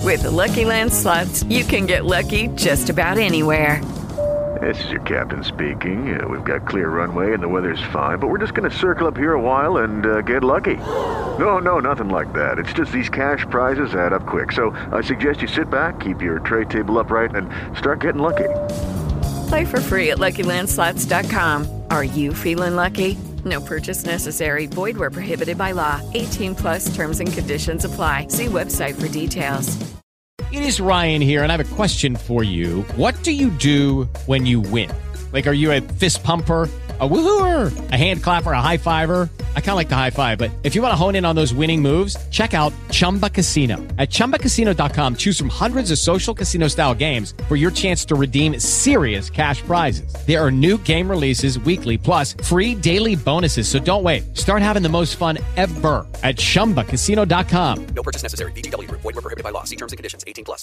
With the Lucky Land Slots, you can get lucky just about anywhere. This is your captain speaking. We've got clear runway and the weather's fine, but we're just going to circle up here a while and get lucky. No, nothing like that. It's just these cash prizes add up quick. So I suggest you sit back, keep your tray table upright, and start getting lucky. Play for free at LuckyLandSlots.com. Are you feeling lucky? No purchase necessary. Void where prohibited by law. 18 plus terms and conditions apply. See website for details. It is Ryan here, and I have a question for you. What do you do when you win? Like, are you a fist pumper, a woohooer, a hand clapper, a high fiver? I kind of like the high five, but if you want to hone in on those winning moves, check out Chumba Casino. At ChumbaCasino.com, choose from hundreds of social casino-style games for your chance to redeem serious cash prizes. There are new game releases weekly, plus free daily bonuses, so don't wait. Start having the most fun ever at ChumbaCasino.com. No purchase necessary. VGW Group. Void where prohibited by law. See terms and conditions. 18 plus.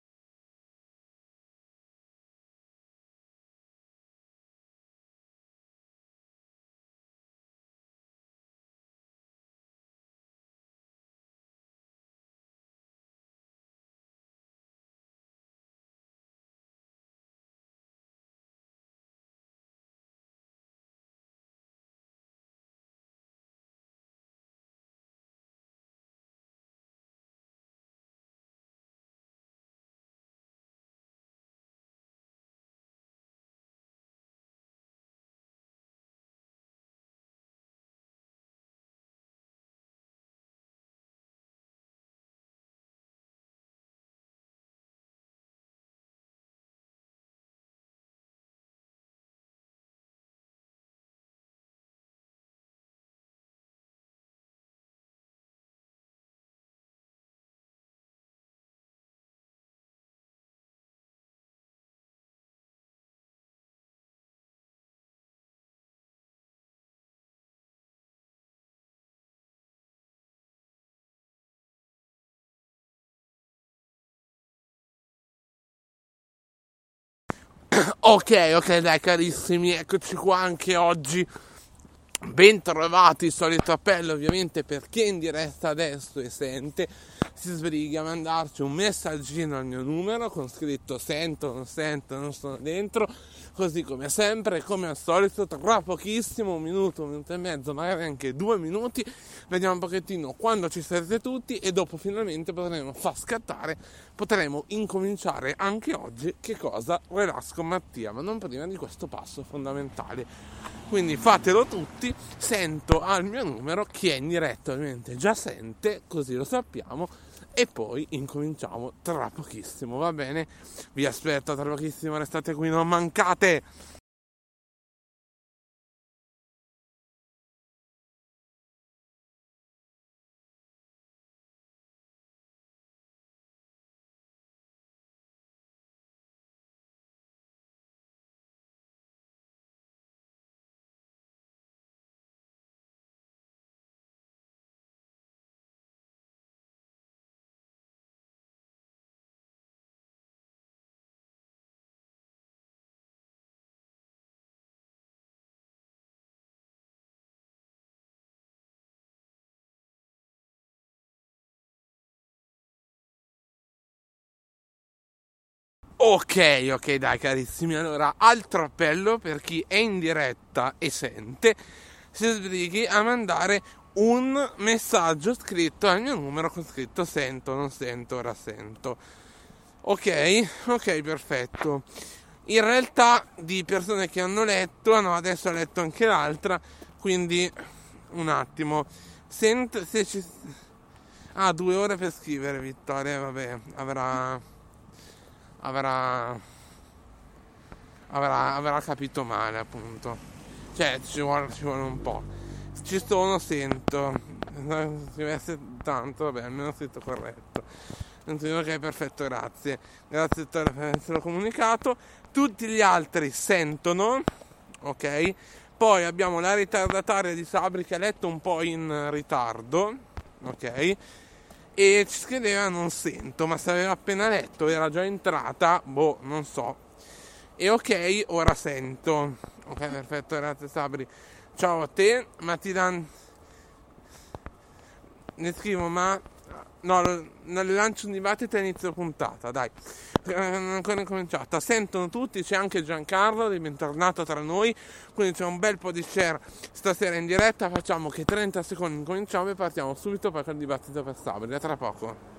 Ok, dai carissimi, eccoci qua anche oggi. Ben trovati, solito appello ovviamente per chi è in diretta adesso e sente, si sbriga a mandarci un messaggino al mio numero con scritto sento, non sono dentro, così come sempre, come al solito, tra pochissimo, un minuto e mezzo, magari anche 2 minuti, vediamo un pochettino quando ci sarete tutti e dopo finalmente potremo far scattare, potremo incominciare anche oggi Che cosa Relax con Mattia, ma non prima di questo passo fondamentale. Quindi fatelo tutti, sento al mio numero, chi è in diretta ovviamente già sente, così lo sappiamo, e poi incominciamo tra pochissimo, va bene? Vi aspetto tra pochissimo, restate qui, non mancate! Ok, dai carissimi, allora altro appello per chi è in diretta e sente, si sbrighi a mandare un messaggio scritto al mio numero con scritto sento, non sento, ora sento. Ok, perfetto. In realtà di persone che hanno letto, no, adesso ho letto anche l'altra, quindi un attimo. Se ci... 2 ore per scrivere, Vittoria, vabbè, avrà capito male, appunto, cioè ci vuole un po'. Ci sono, sento, scrivesse tanto, vabbè, almeno scritto corretto. Ok, perfetto, grazie Vittoria per averlo comunicato. Tutti gli altri sentono, ok? Poi abbiamo la ritardataria di Sabri che ha letto un po' in ritardo, ok? E ci scriveva non sento, ma se aveva appena letto, era già entrata, non so. E ok, ora sento. Ok, perfetto, grazie Sabri. Ciao a te, ma ti dan... Ne scrivo, ma No, nel lancio un dibattito a inizio puntata, dai. Non è ancora incominciata. Sentono tutti, c'è anche Giancarlo, bentornato tra noi. Quindi c'è un bel po' di share stasera in diretta. Facciamo che 30 secondi incominciamo e partiamo subito poi con il dibattito per Sabri. A tra poco.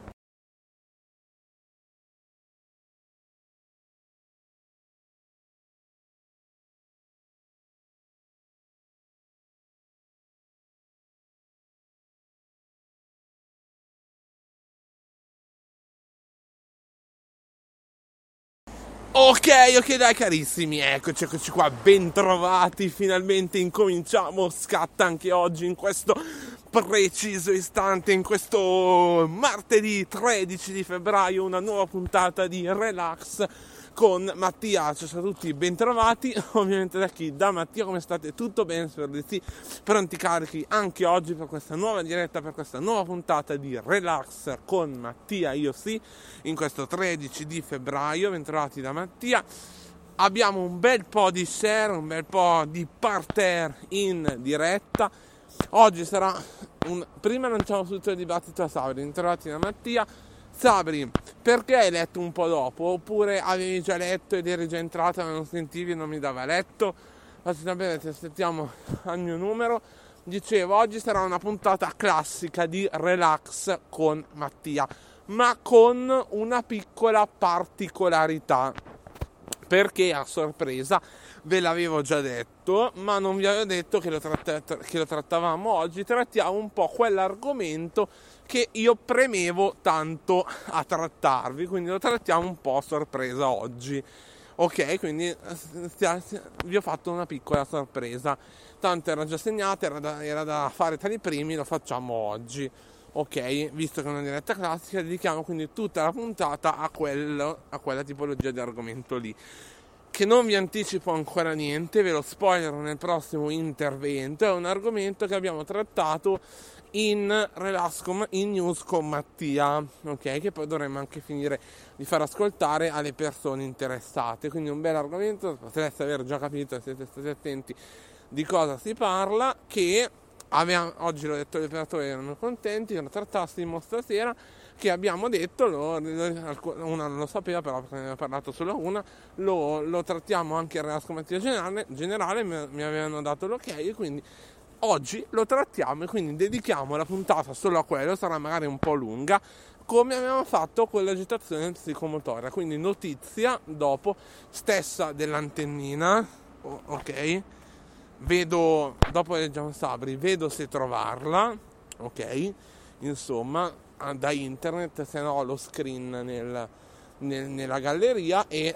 Ok dai carissimi, eccoci qua, bentrovati, finalmente incominciamo, scatta anche oggi in questo preciso istante, in questo martedì 13 di febbraio, una nuova puntata di Relax con Mattia. Ciao a tutti, bentrovati, ovviamente da chi? Da Mattia. Come state? Tutto bene? Spero di sì. Pronti carichi anche oggi per questa nuova diretta, per questa nuova puntata di Relax con Mattia, io sì, in questo 13 di febbraio, bentrovati da Mattia. Abbiamo un bel po' di share, un bel po' di parterre in diretta. Oggi sarà prima lanciamo subito il dibattito a Sabri, bentrovati da Mattia. Sabri, perché hai letto un po' dopo? Oppure avevi già letto ed eri già entrata ma non sentivi e non mi dava letto? Facci sapere, ti aspettiamo al mio numero. Dicevo, oggi sarà una puntata classica di Relax con Mattia, ma con una piccola particolarità, perché a sorpresa ve l'avevo già detto, ma non vi avevo detto che lo trattavamo oggi. Trattiamo un po' quell'argomento che io premevo tanto a trattarvi, quindi lo trattiamo un po' a sorpresa oggi. Ok, quindi vi ho fatto una piccola sorpresa, tanto era già segnata, era da fare tra i primi, lo facciamo oggi. Ok, visto che è una diretta classica, dedichiamo quindi tutta la puntata a quella tipologia di argomento lì, che non vi anticipo ancora niente, ve lo spoilerò nel prossimo intervento. È un argomento che abbiamo trattato in news con Mattia, ok, che poi dovremmo anche finire di far ascoltare alle persone interessate. Quindi un bel argomento, potreste aver già capito se siete stati attenti di cosa si parla, che oggi l'ho detto agli operatori, erano contenti che lo trattassimo stasera, che abbiamo detto, una non lo sapeva però perché ne aveva parlato solo una, lo trattiamo anche in Relax generale, mi avevano dato l'ok, quindi oggi lo trattiamo e quindi dedichiamo la puntata solo a quello. Sarà magari un po' lunga, come abbiamo fatto con l'agitazione psicomotoria, quindi notizia dopo stessa dell'antennina, ok? Vedo, dopo leggiamo Sabri, vedo se trovarla, ok? Insomma, da internet, se no lo screen nella galleria e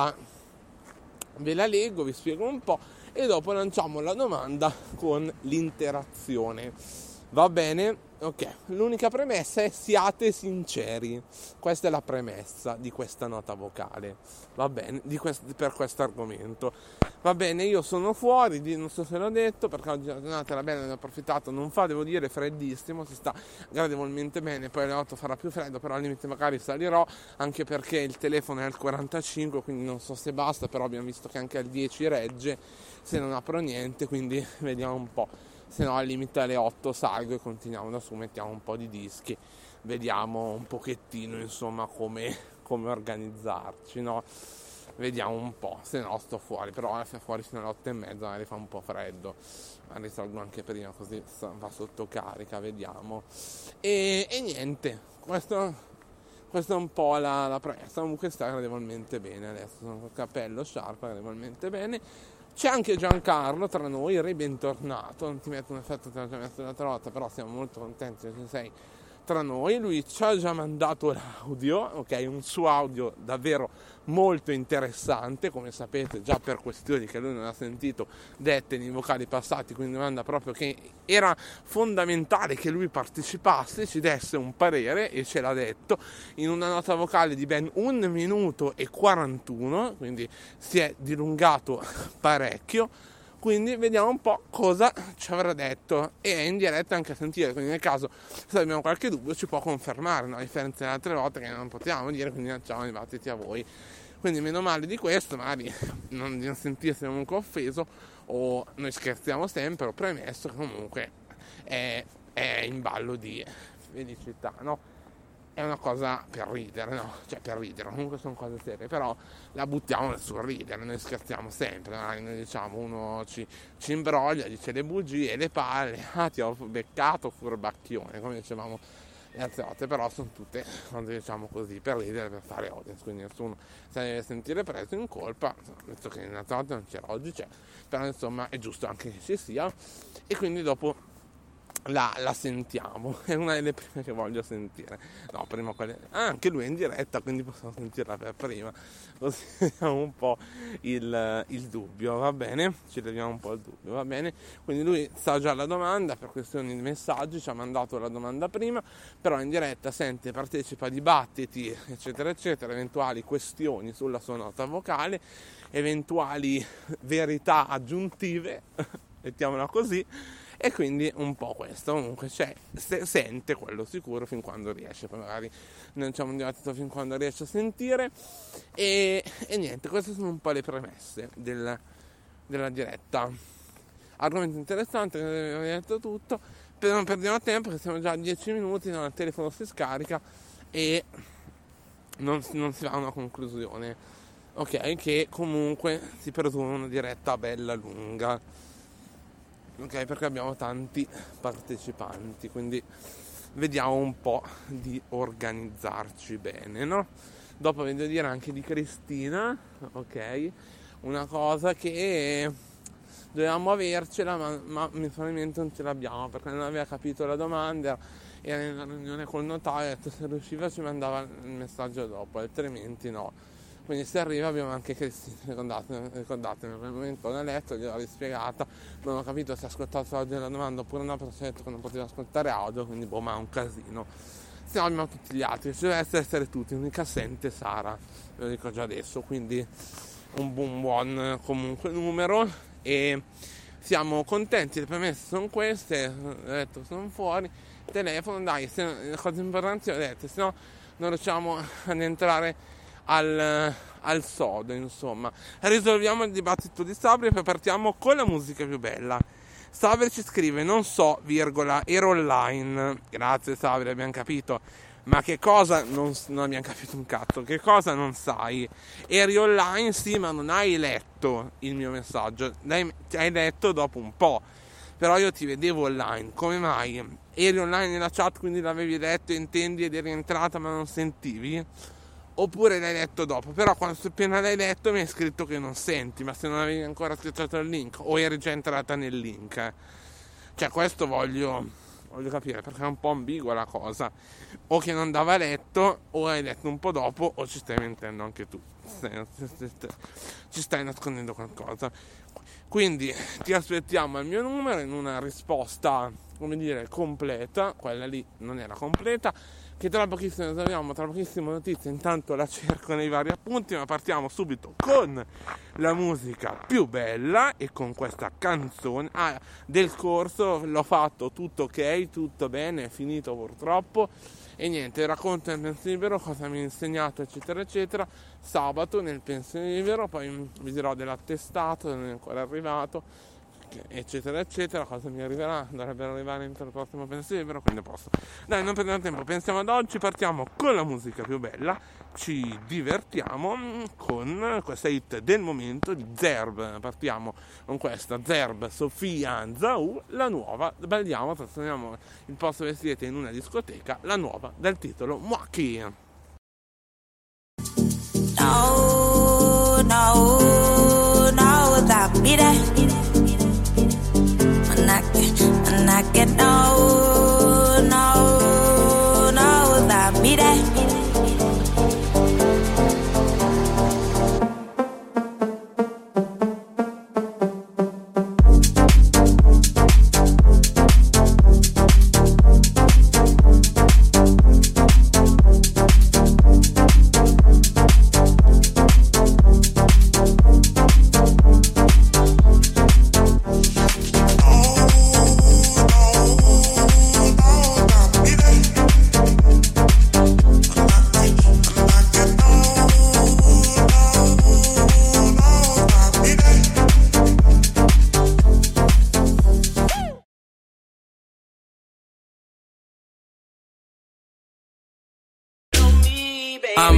ve la leggo, vi spiego un po' e dopo lanciamo la domanda con l'interazione. Va bene? Ok, l'unica premessa è siate sinceri. Questa è la premessa di questa nota vocale, va bene, per questo argomento. Va bene, io sono fuori, non so se l'ho detto, perché oggi la giornata era bella, ne ho approfittato, non fa, devo dire, freddissimo, si sta gradevolmente bene, poi alle 8 farà più freddo, però al limite magari salirò, anche perché il telefono è al 45, quindi non so se basta, però abbiamo visto che anche al 10 regge, se non apro niente, quindi vediamo un po'. Se no al limite alle 8 salgo e continuiamo da su, mettiamo un po' di dischi, vediamo un pochettino insomma come organizzarci, no? Vediamo un po', se no sto fuori, però fuori fino alle 8:30 magari fa un po' freddo, magari salgo anche prima così va sotto carica, vediamo. E niente, questo è un po' la premessa. Comunque sta gradevolmente bene adesso, sono col cappello sciarpa, gradevolmente bene. C'è anche Giancarlo tra noi, bentornato, non ti metto un effetto, te l'ho già messo l'altra volta, però siamo molto contenti che sei tra noi. Lui ci ha già mandato l'audio, ok, un suo audio davvero molto interessante, come sapete già per questioni che lui non ha sentito dette nei vocali passati, quindi domanda proprio che era fondamentale che lui partecipasse, ci desse un parere e ce l'ha detto in una nota vocale di ben 1 minuto e 41, quindi si è dilungato parecchio. Quindi vediamo un po' cosa ci avrà detto e è in diretta anche a sentire, quindi nel caso se abbiamo qualche dubbio ci può confermare, no? A differenza delle altre volte che non potevamo dire, quindi lanciamo i battiti a voi. Quindi meno male di questo, magari non sentirsi comunque offeso, o noi scherziamo sempre, ho premesso che comunque è in ballo di felicità, no? è una cosa per ridere, no? Cioè per ridere, comunque sono cose serie, però la buttiamo sul ridere, noi scherziamo sempre, noi diciamo, uno ci imbroglia, dice le bugie, le palle, ti ho beccato, furbacchione, come dicevamo le altre volte, però sono tutte, quando diciamo così, per ridere, per fare audience, quindi nessuno si deve sentire preso in colpa, visto che in altre volte non c'era, oggi c'è, però insomma è giusto anche che ci sia, e quindi dopo la sentiamo, è una delle prime che voglio sentire, no, prima quelle, anche lui è in diretta, quindi possiamo sentirla per prima, così vediamo un po' il dubbio, va bene, ci leviamo un po' il dubbio, va bene, quindi lui sa già la domanda, per questioni di messaggi ci ha mandato la domanda prima, però in diretta sente, partecipa a dibattiti, eccetera eccetera, eventuali questioni sulla sua nota vocale, eventuali verità aggiuntive, mettiamola così, e quindi un po' questo, comunque sente quello sicuro fin quando riesce, poi magari non c'è un dibattito fin quando riesce a sentire, e niente, queste sono un po' le premesse della diretta. Argomento interessante, abbiamo detto tutto, però non perdiamo tempo, che siamo già a 10 minuti, il telefono si scarica e non si va a una conclusione, ok, che comunque si presume una diretta bella lunga, ok, perché abbiamo tanti partecipanti, quindi vediamo un po' di organizzarci bene, no? Dopo voglio dire anche di Cristina, ok, una cosa che dovevamo avercela, ma probabilmente non ce l'abbiamo, perché non aveva capito la domanda, era in una riunione col notaio, ha detto se riusciva ci mandava il messaggio dopo, altrimenti no. Quindi se arriva abbiamo anche Cristina, ricordatemi, nel momento non ho letto, gliel'ho rispiegata, non ho capito se ha ascoltato oggi la domanda oppure no, perché ho detto che non poteva ascoltare audio, quindi ma è un casino. Se no abbiamo tutti gli altri, ci deve essere tutti, l'unica assente Sara, ve lo dico già adesso, quindi un buon comunque numero, e siamo contenti, le premesse sono queste, ho detto sono fuori, telefono, dai, se le cose importanti ho detto, se no non riusciamo ad entrare al sodo, insomma. Risolviamo il dibattito di Sabri e poi partiamo con la musica più bella. Sabri ci scrive, non so, virgola, ero online. Grazie Sabri, abbiamo capito. Ma che cosa non abbiamo capito un cazzo, che cosa non sai? Eri online, sì, ma non hai letto il mio messaggio, hai letto dopo un po', però io ti vedevo online. Come mai? Eri online nella chat, quindi l'avevi letto, intendi, ed eri entrata ma non sentivi? Oppure l'hai letto dopo, però quando appena l'hai letto mi hai scritto che non senti, ma se non avevi ancora schiacciato il link o eri già entrata nel link, cioè questo voglio capire, perché è un po' ambigua la cosa, o che non dava letto o hai letto un po' dopo, o ci stai mentendo anche tu, ci stai nascondendo qualcosa. Quindi ti aspettiamo al mio numero in una risposta, come dire, completa. Quella lì non era completa, che tra pochissimo troviamo, tra pochissime notizie, intanto la cerco nei vari appunti, ma partiamo subito con la musica più bella e con questa canzone del corso. L'ho fatto tutto ok, tutto bene, è finito purtroppo, e niente, racconto nel pensiero libero cosa mi ha insegnato, eccetera eccetera, sabato nel pensiero libero, poi vi dirò dell'attestato, non è ancora arrivato, eccetera eccetera, cosa mi arriverà, dovrebbero arrivare entro il prossimo pensiero libero, quindi posso. Dai, non perdiamo tempo, pensiamo ad oggi, partiamo con la musica più bella, ci divertiamo con questa hit del momento di Zerb. Partiamo con questa Zerb, Sofia Anzau, la nuova, balliamo, trasformiamo il posto dove siete in una discoteca, la nuova dal titolo Muaki. No, without me there. When I get no, without me there.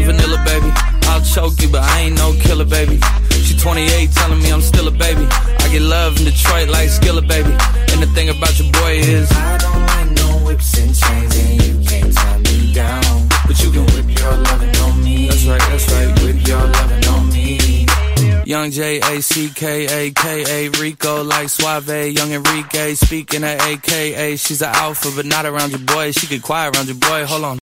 I'm vanilla, baby. I'll choke you, but I ain't no killer, baby. She 28, telling me I'm still a baby. I get love in Detroit like Skillet, baby. And the thing about your boy is I don't like no whips and chains, and you can't tie me down. but you can Whip your lovin' on me. That's right. Whip your lovin' on me. Young Jackaka, Rico like Suave, Young Enrique, speaking at AKA. She's an alpha, but not around your boy. She get quiet around your boy. Hold on.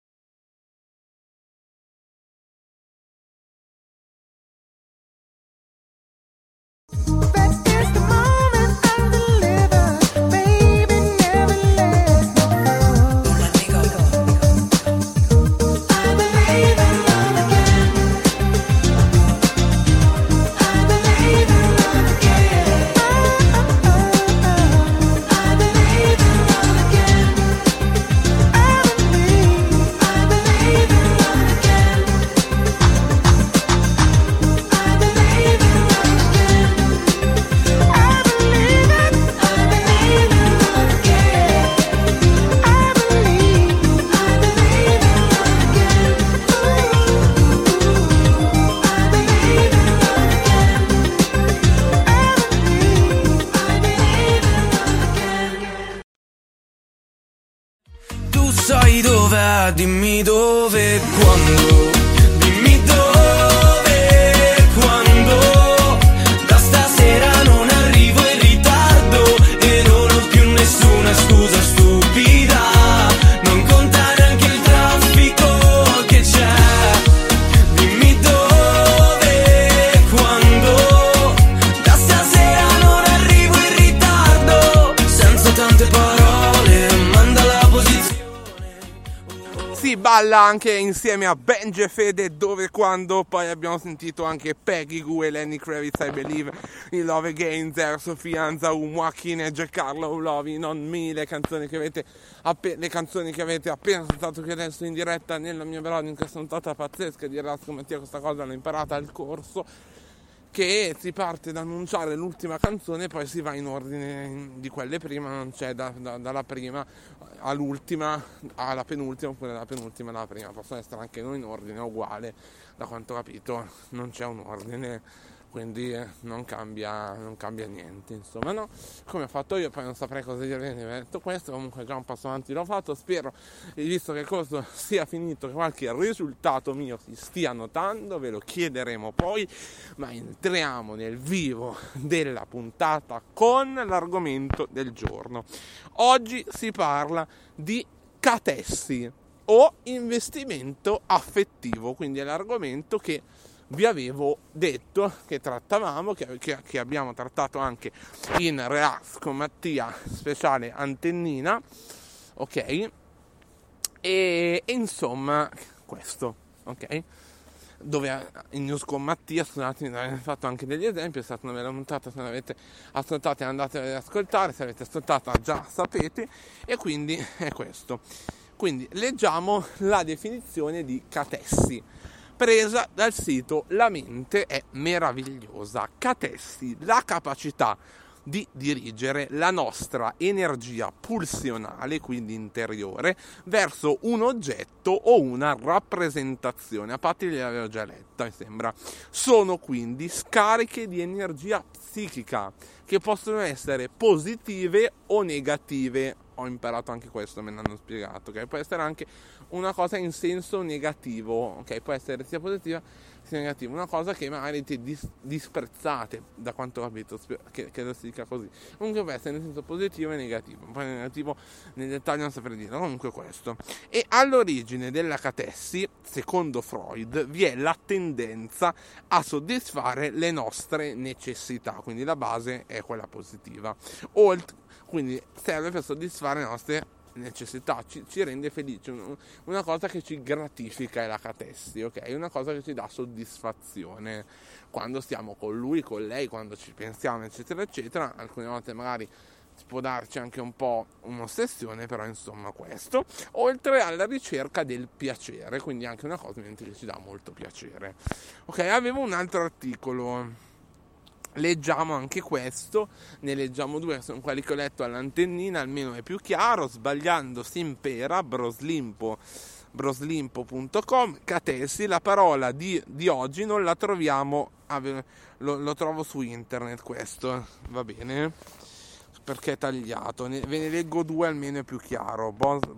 Sai dove, dimmi dove, quando. Dimmi dove, quando. Da stasera non arrivo in ritardo e non ho più nessuna scusa stupida. Non conta neanche il traffico che c'è. Dimmi dove, quando. Da stasera non arrivo in ritardo. Senza tante parole, manda la posizione. Si balla anche insieme a Benji e Fede Dove Quando. Poi abbiamo sentito anche Peggy Gou e Lenny Kravitz, I Believe, in Love Again, Zer, Sofia, Anza, Joaquin e Giancarlo Lovi, Non Me, le canzoni che avete appena ascoltato che adesso in diretta nella mia melodica, che sono stata pazzesca. Di Rasco Mattia questa cosa l'ho imparata al corso, che si parte da annunciare l'ultima canzone e poi si va in ordine di quelle prima, non c'è dalla prima all'ultima alla penultima, oppure dalla penultima alla prima, possono essere anche non in ordine, uguale, da quanto ho capito non c'è un ordine, quindi non cambia niente, insomma, no, come ho fatto io. Poi non saprei cosa dirvi di detto questo, comunque già un passo avanti l'ho fatto. Spero, visto che il corso sia finito, che qualche risultato mio si stia notando, ve lo chiederemo poi, ma entriamo nel vivo della puntata con l'argomento del giorno. Oggi si parla di catessi o investimento affettivo, quindi è l'argomento che vi avevo detto che trattavamo, che abbiamo trattato anche in Relax con Mattia speciale Antennina, ok? E insomma questo, ok? Dove in News con Mattia, scusate, avete fatto anche degli esempi, è stata una bella puntata, se non avete ascoltato andate ad ascoltare, se avete ascoltato già sapete, e quindi è questo. Quindi leggiamo la definizione di catessi, presa dal sito La mente è meravigliosa. Catessi, la capacità di dirigere la nostra energia pulsionale, quindi interiore, verso un oggetto o una rappresentazione. A parte l'avevo già letta, mi sembra. Sono quindi scariche di energia psichica che possono essere positive o negative. Ho imparato anche questo, me l'hanno spiegato, ok? Può essere anche una cosa in senso negativo, ok? Può essere sia positiva sia negativa, una cosa che magari ti disprezzate, da quanto ho capito, che si dica così. Comunque può essere in senso positivo e negativo, poi negativo nel dettaglio non saprei dire, comunque questo. E all'origine della catessi, secondo Freud, vi è la tendenza a soddisfare le nostre necessità, quindi la base è quella positiva, quindi serve per soddisfare le nostre necessità, ci rende felici, una cosa che ci gratifica è la catessi, ok? Una cosa che ci dà soddisfazione quando stiamo con lui, con lei, quando ci pensiamo, eccetera eccetera. Alcune volte magari si può darci anche un po' un'ossessione, però insomma questo, oltre alla ricerca del piacere, quindi anche una cosa che ci dà molto piacere, ok? Avevo un altro articolo, leggiamo anche questo, ne leggiamo due, sono quelli che ho letto all'Antennina, almeno è più chiaro. Sbagliando si impera, Broslimpo broslimpo.com. Catessi, la parola di oggi non la troviamo, lo trovo su internet questo, va bene? Perché è tagliato, ve ne leggo due almeno è più chiaro.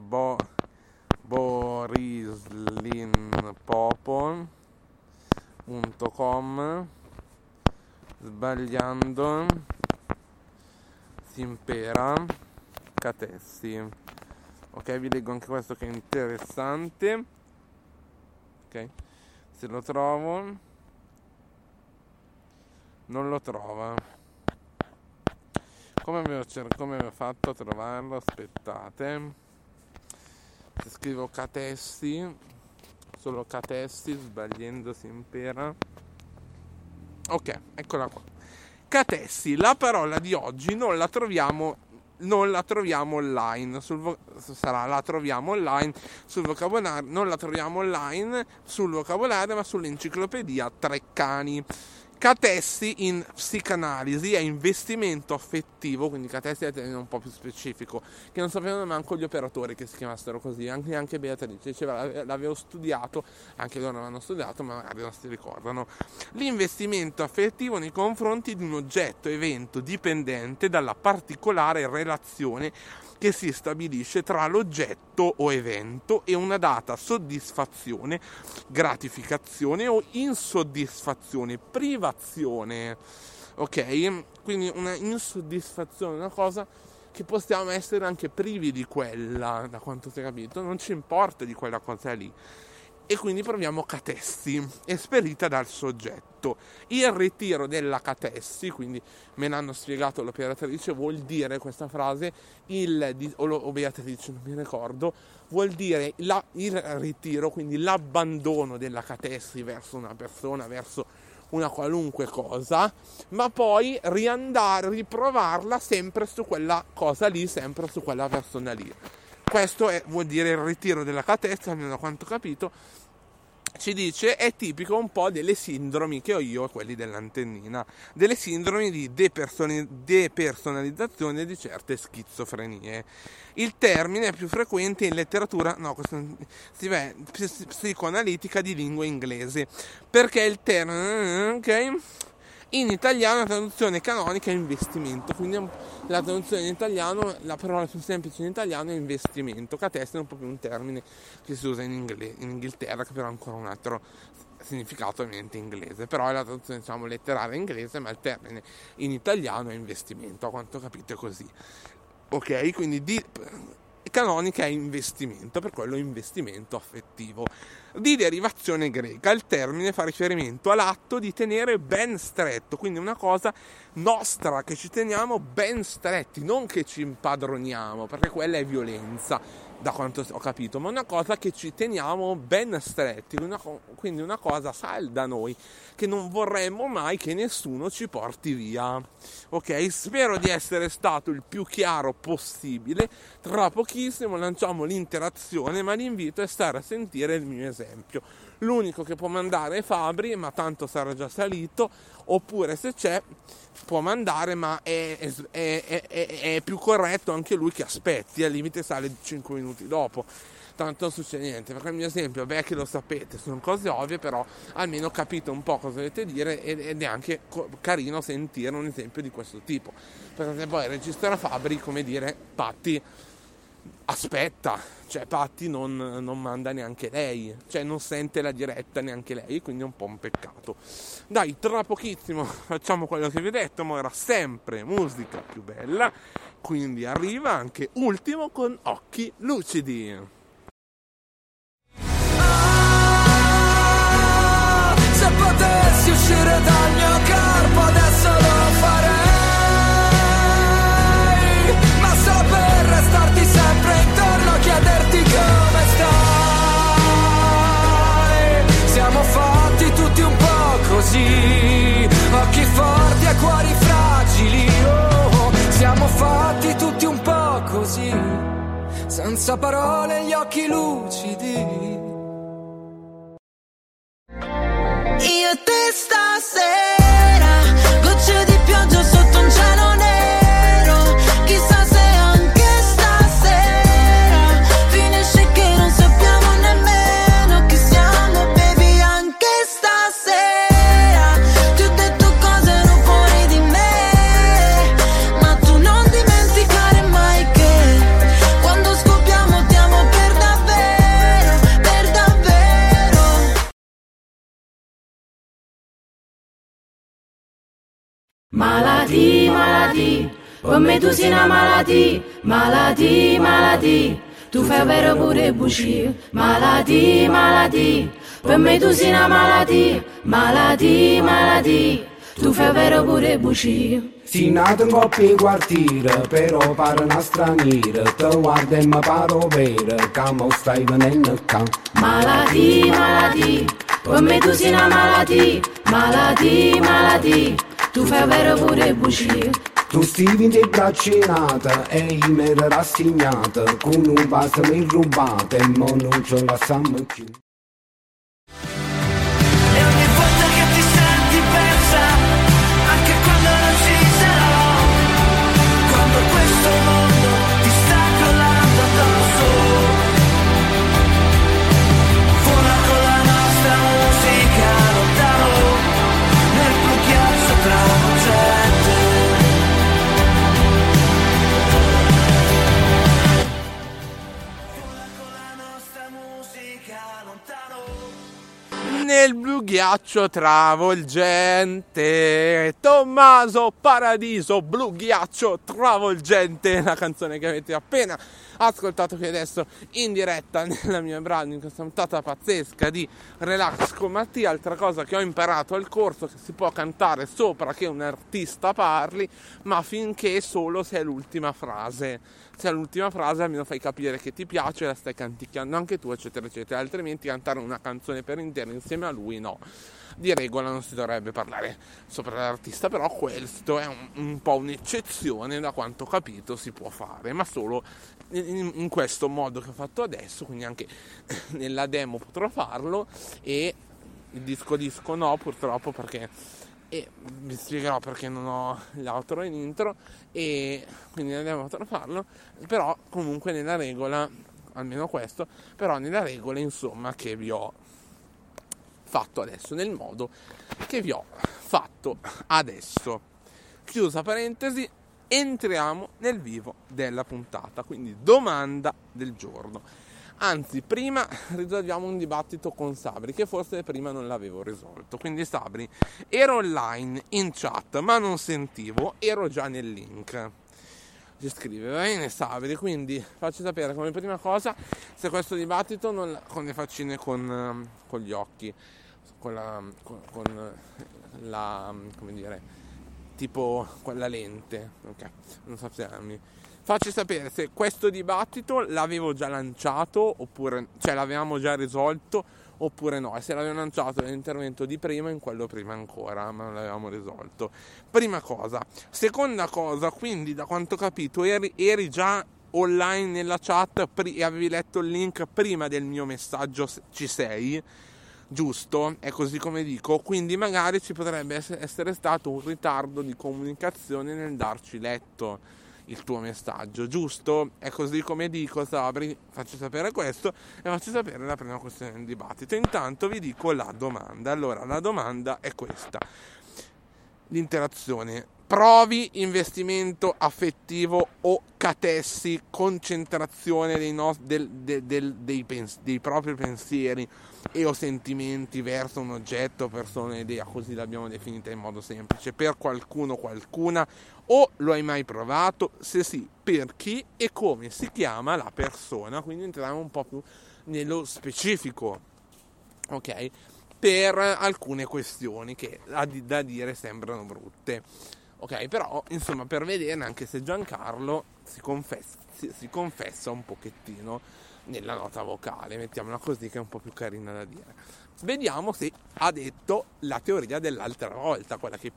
borislinpopo.com, sbagliando si impera, Catessi. Ok, vi leggo anche questo che è interessante. Ok, se lo trovo, non lo trova. Come avevo fatto a trovarlo? Aspettate, se scrivo Catessi, solo Catessi, sbagliando si impera. Ok, eccola qua. Catessi, la parola di oggi non la troviamo online, la troviamo online sul vocabolario, non la troviamo online sul vocabolario, ma sull'enciclopedia Treccani. Catessi in psicanalisi è investimento affettivo, quindi Catessi è un po' più specifico, che non sapevano manco gli operatori che si chiamassero così, anche Beatrice diceva l'avevo studiato, anche loro l'hanno studiato, ma magari non si ricordano. L'investimento affettivo nei confronti di un oggetto, evento dipendente dalla particolare relazione che si stabilisce tra l'oggetto o evento e una data soddisfazione, gratificazione o insoddisfazione, privazione. Ok? Quindi una insoddisfazione, una cosa che possiamo essere anche privi di quella, da quanto si è capito, non ci importa di quella cosa lì. E quindi proviamo catessi, esperita dal soggetto. Il ritiro della catessi, quindi me l'hanno spiegato l'operatrice, vuol dire questa frase, o Beatrice, non mi ricordo, vuol dire il ritiro, quindi l'abbandono della catessi verso una persona, verso una qualunque cosa, ma poi riprovarla sempre su quella cosa lì, sempre su quella persona lì. Questo vuol dire il ritiro della catessi, almeno da quanto ho capito. Ci dice è tipico un po' delle sindromi che ho io e quelli dell'antennina, delle sindromi di depersonalizzazione di certe schizofrenie. Il termine è più frequente in letteratura psicoanalitica di lingua inglese, perché il termine in italiano la traduzione canonica è investimento, quindi la traduzione in italiano, la parola più semplice in italiano è investimento. Catessi è un po' più un termine che si usa in Inghilterra, che però ha ancora un altro significato ovviamente inglese, però è la traduzione letteraria inglese, ma il termine in italiano è investimento, a quanto ho capito è così. Ok, quindi canonica è investimento, per quello investimento affettivo. Di derivazione greca, il termine fa riferimento all'atto di tenere ben stretto, quindi una cosa nostra che ci teniamo ben stretti, non che ci impadroniamo, perché quella è violenza, da quanto ho capito, ma una cosa che ci teniamo ben stretti, quindi una cosa salda a noi, che non vorremmo mai che nessuno ci porti via. Ok, spero di essere stato il più chiaro possibile. Tra pochissimo lanciamo l'interazione, ma l'invito è stare a sentire il mio esempio. L'unico che può mandare è Fabri, ma tanto sarà già salito, oppure se c'è può mandare, ma è più corretto anche lui che aspetti, al limite sale 5 minuti dopo, tanto non succede niente, perché il mio esempio, che lo sapete, sono cose ovvie, però almeno capite un po' cosa volete dire, ed è anche carino sentire un esempio di questo tipo, perché se poi registra Fabri, come dire, Patti aspetta, cioè Patti non manda neanche lei, cioè non sente la diretta neanche lei, quindi è un po' un peccato. Dai, tra pochissimo facciamo quello che vi ho detto, ma era sempre musica più bella, quindi arriva anche Ultimo con Occhi Lucidi. Se potessi uscire dal mio corpo adesso lo farei, ma solo per restarti sempre intorno, chiederti come stai. Siamo fatti tutti un po' così, occhi forti e cuori fragili, oh, siamo fatti tutti un po' così, senza parole e gli occhi lucidi. Io e te stasera, gocce di pioggia sotto un cielo nero. Chissà se anche stasera finisce che non sappiamo nemmeno Maladie, maladie, per me tu sei una maladie, maladie, maladie, tu fai vero pure bugie, maladie, maladie, per me tu sei una maladie, maladie, maladie, tu fai vero pure bugie. Si nato in coppia in quartiere, però pare una straniera, te guarda e mi paro vero, che mo stai venendo qua. Maladie, maladie, per me tu sei una maladie, maladie, maladie, tu fai vero pure bugie. Tu stivi in braccinata e io mi ero rassegnata, con un vaso mi rubate e mo non ce la lasciamo più. E ogni volta che ti senti persa, anche quando non ci sarò, quando questo mondo ti sta crollando addosso, vola con la nostra musica lontano, nel blu ghiaccio travolgente. Vola con la nostra musica lontano. Nel blu ghiaccio travolgente, Tommaso Paradiso, blu ghiaccio travolgente, la canzone che avete appena ascoltato qui adesso in diretta nella mia brand, in questa puntata pazzesca di Relax con Mattia. Altra cosa che ho imparato al corso, che si può cantare sopra che un artista parli, ma finché solo se è l'ultima frase. Se è l'ultima frase almeno fai capire che ti piace e la stai canticchiando anche tu, eccetera eccetera, altrimenti cantare una canzone per intero insieme a lui no. Di regola non si dovrebbe parlare sopra l'artista, però questo è un po' un'eccezione, da quanto ho capito si può fare, ma solo in questo modo che ho fatto adesso, quindi anche nella demo potrò farlo, e il disco no purtroppo, perché e vi spiegherò perché non ho l'outro in intro, e quindi nella demo potrò farlo, però comunque nella regola, almeno questo, però nella regola insomma che vi ho fatto adesso, nel modo che vi ho fatto adesso. Chiusa parentesi, entriamo nel vivo della puntata, quindi domanda del giorno. Anzi, prima risolviamo un dibattito con Sabri, che forse prima non l'avevo risolto. Quindi Sabri, ero online in chat ma non sentivo, ero già nel link. Ci scrive, va bene Sabri, quindi facci sapere come prima cosa se questo dibattito non, con le faccine con gli occhi, con la come dire, tipo con la lente, ok, non so se facci sapere se questo dibattito l'avevo già lanciato oppure, cioè l'avevamo già risolto oppure no, e se l'avevo lanciato nell'intervento di prima, in quello prima ancora, ma non l'avevamo risolto. Prima cosa. Seconda cosa, quindi da quanto ho capito eri già online nella chat e avevi letto il link prima del mio messaggio, ci sei? Giusto? È così come dico, quindi magari ci potrebbe essere stato un ritardo di comunicazione nel darci letto il tuo messaggio, giusto? È così come dico, Sabri, faccio sapere questo e faccio sapere la prima questione del dibattito. Intanto vi dico la domanda. Allora, la domanda è questa: l'interazione, provi, investimento affettivo o catessi, concentrazione dei propri pensieri e o sentimenti verso un oggetto, persona, idea, così l'abbiamo definita in modo semplice, per qualcuno, qualcuna, o lo hai mai provato? Se sì, per chi e come si chiama la persona? Quindi entriamo un po' più nello specifico, ok? Per alcune questioni che da dire sembrano brutte, ok? Però insomma, per vedere anche se Giancarlo si confessa un pochettino nella nota vocale, mettiamola così, che è un po' più carina da dire. Vediamo se ha detto la teoria dell'altra volta, quella che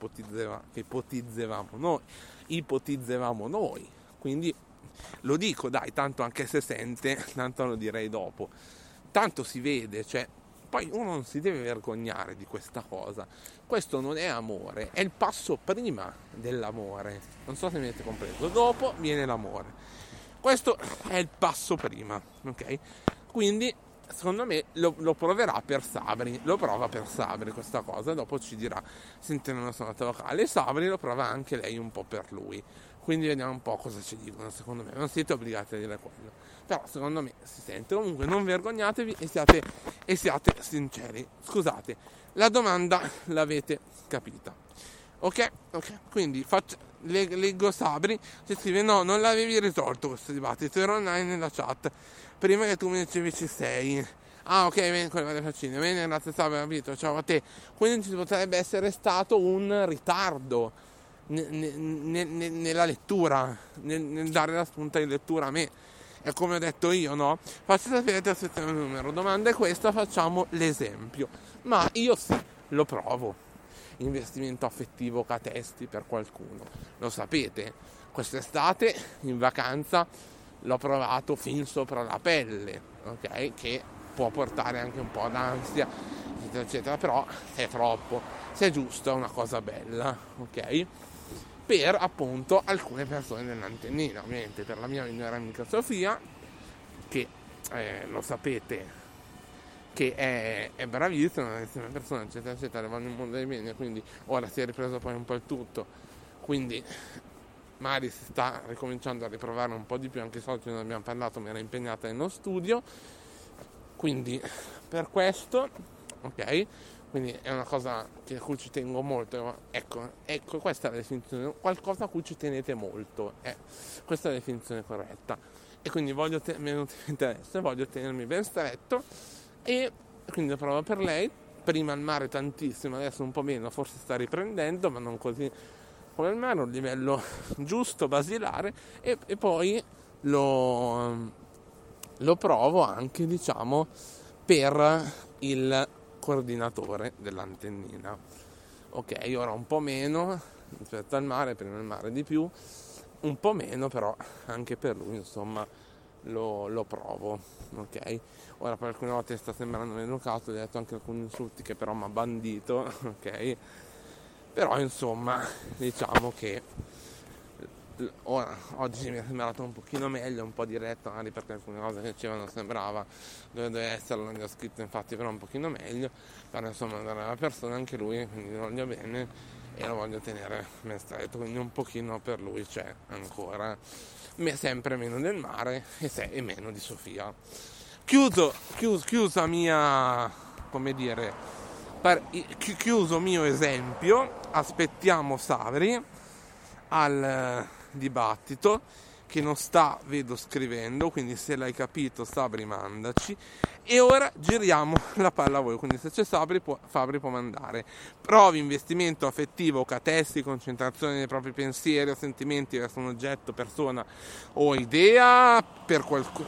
ipotizzavamo noi. Quindi lo dico, dai, tanto anche se sente, tanto lo direi dopo, tanto si vede, cioè poi uno non si deve vergognare di questa cosa. Questo non è amore, è il passo prima dell'amore, non so se mi avete compreso. Dopo viene l'amore, questo è il passo prima, ok? Quindi secondo me lo proverà per Sabri, lo prova per Sabri questa cosa, dopo ci dirà, sentendo una sonata vocale, e Sabri lo prova anche lei un po' per lui. Quindi vediamo un po' cosa ci dicono. Secondo me non siete obbligati a dire quello, però secondo me si sente. Comunque non vergognatevi e siate sinceri. Scusate, la domanda l'avete capita. Ok, quindi leggo Sabri, ci scrive: no, non l'avevi risolto questo dibattito, ero online nella chat prima che tu mi dicevi ci sei. Ah, ok, bene, con le varie faccine, bene, grazie Sabri, capito, ciao a te. Quindi ci potrebbe essere stato un ritardo nella lettura, nel dare la spunta di lettura a me. E come ho detto io, no? Facci sapere la sezione numero, domanda è questa, facciamo l'esempio. Ma io sì, lo provo. Investimento affettivo Catesti per qualcuno, lo sapete, quest'estate in vacanza l'ho provato fin sopra la pelle, ok, che può portare anche un po' d'ansia eccetera eccetera, però se è troppo, se è giusto, è una cosa bella, ok, per appunto alcune persone dell'antennina. Ovviamente per la mia migliore amica Sofia, che lo sapete che è bravissima, è una persona eccetera eccetera, le vanno in mondo dei bene, quindi ora si è ripreso poi un po' il tutto, quindi Mari si sta ricominciando a riprovare un po' di più, anche se oggi non abbiamo parlato, mi era impegnata nello studio, quindi per questo, ok, quindi è una cosa a cui ci tengo molto, ecco questa è la definizione, qualcosa a cui ci tenete molto, questa è la definizione corretta, e quindi voglio tenermi ben stretto. E quindi lo provo per lei, prima il mare tantissimo, adesso un po' meno, forse sta riprendendo, ma non così come il mare, un livello giusto, basilare, e poi lo provo anche, diciamo, per il coordinatore dell'antennina. Ok, ora un po' meno rispetto al mare, prima il mare di più, un po' meno, però anche per lui, insomma, lo provo, ok. Ora per alcune volte sta sembrando maleducato, gli ho detto anche alcuni insulti che però mi ha bandito, ok, però insomma diciamo che oggi mi è sembrato un pochino meglio, un po' diretto magari, perché alcune cose che dicevano sembrava doveva esserlo, non gli ho scritto infatti, però un pochino meglio, però insomma è una persona anche lui, quindi lo voglio bene e lo voglio tenere ben stretto, quindi un pochino per lui c'è ancora, sempre meno del mare e meno di Sofia. Chiusa mia, come dire, chiuso mio esempio, aspettiamo Sabri al dibattito, che non sta, vedo, scrivendo, quindi se l'hai capito Sabri mandaci, e ora giriamo la palla a voi, quindi se c'è Fabri può mandare. Provi, investimento affettivo, Catesti, concentrazione nei propri pensieri o sentimenti verso un oggetto, persona o idea, per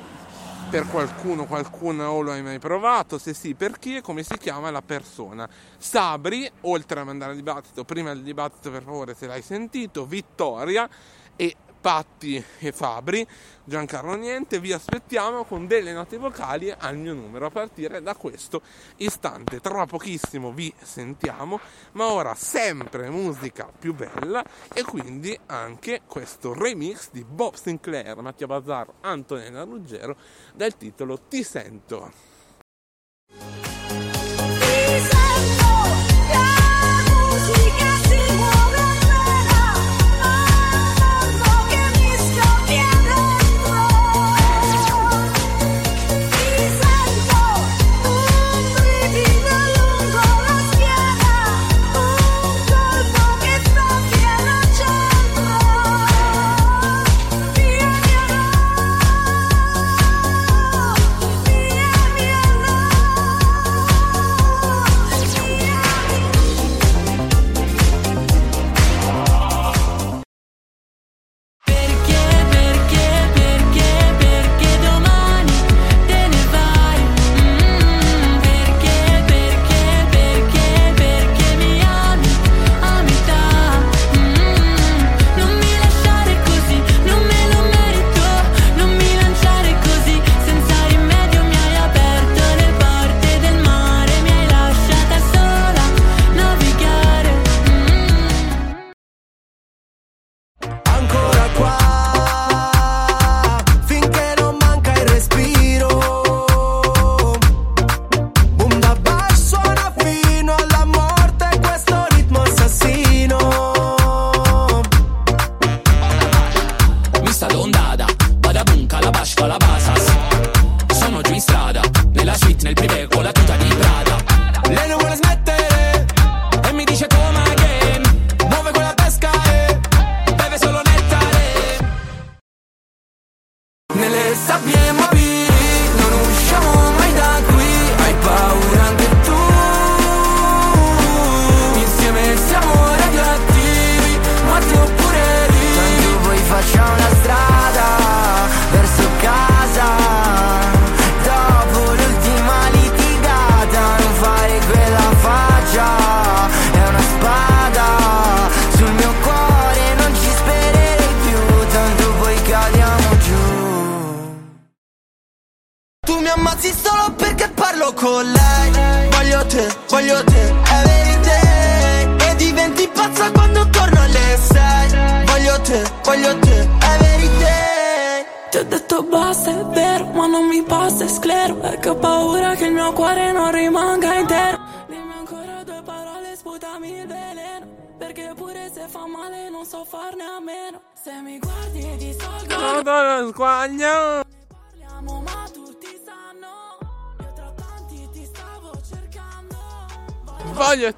qualcuno o lo hai mai provato, se sì per chi e come si chiama la persona. Sabri, oltre a mandare il dibattito, prima del dibattito per favore, se l'hai sentito, Vittoria e Patti e Fabri, Giancarlo niente, vi aspettiamo con delle note vocali al mio numero a partire da questo istante. Tra pochissimo vi sentiamo, ma ora sempre musica più bella, e quindi anche questo remix di Bob Sinclair, Mattia Bazzaro, Antonella Ruggero, dal titolo Ti sento. Mia Diventi pazza quando torno alle 6. Voglio te, every day. Ti ho detto basta, è vero, ma non mi passa, è sclero. E che ho paura che il mio cuore non rimanga intero. Dimmi ancora 2 parole, sputami il veleno. Perché pure se fa male non so farne a meno. Se mi guardi e ti salgo non sbaglio. Parliamo ma tutti sanno. Io tra tanti ti stavo cercando. Voglio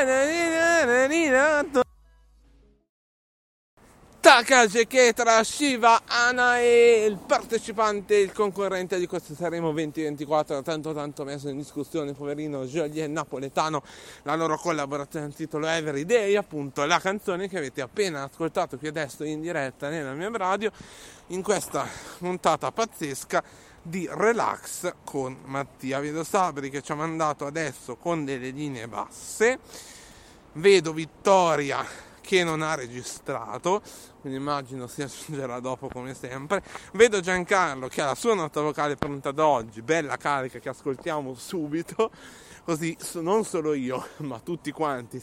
Takashi che tra Shiva Anae, il partecipante, il concorrente di questo Sanremo 2024, tanto messo in discussione, poverino Jolien Napoletano, la loro collaborazione al titolo Everyday, appunto la canzone che avete appena ascoltato qui adesso in diretta nella mia radio, in questa puntata pazzesca di Relax con Mattia. Vedo Sabri che ci ha mandato adesso con delle linee basse, vedo Vittoria che non ha registrato, quindi immagino si aggiungerà dopo come sempre. Vedo Giancarlo che ha la sua nota vocale pronta da oggi, bella carica, che ascoltiamo subito, così non solo io ma tutti quanti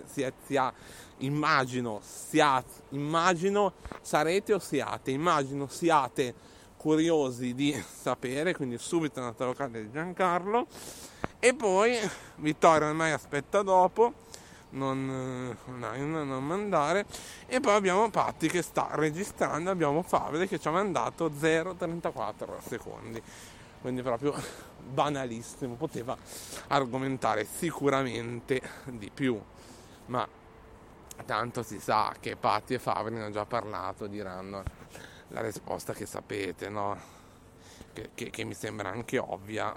siate curiosi di sapere, quindi subito la nota vocale di Giancarlo. E poi Vittorio ormai aspetta dopo, non mandare. E poi abbiamo Patti che sta registrando, abbiamo Favre che ci ha mandato 0,34 secondi, quindi proprio banalissimo, poteva argomentare sicuramente di più, ma tanto si sa che Patti e Favre ne hanno già parlato, diranno la risposta che sapete, no? Che mi sembra anche ovvia,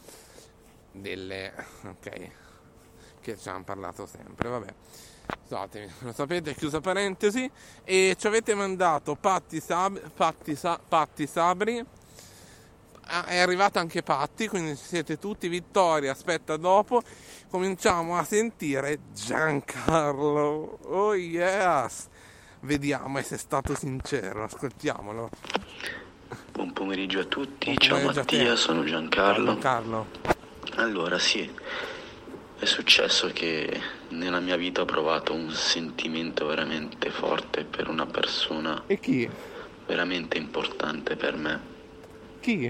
ok, che ci hanno parlato sempre, vabbè, scusatemi, lo sapete, chiusa parentesi. E ci avete mandato Patti Sabri, è arrivata anche Patti, quindi siete tutti. Vittoria aspetta dopo. Cominciamo a sentire Giancarlo, oh yes, vediamo se è stato sincero, ascoltiamolo. Buon pomeriggio a tutti, Buon ciao pomeriggio Mattia, sono Giancarlo. Giancarlo. Allora sì, è successo che nella mia vita ho provato un sentimento veramente forte per una persona. E chi? Veramente importante per me. Chi?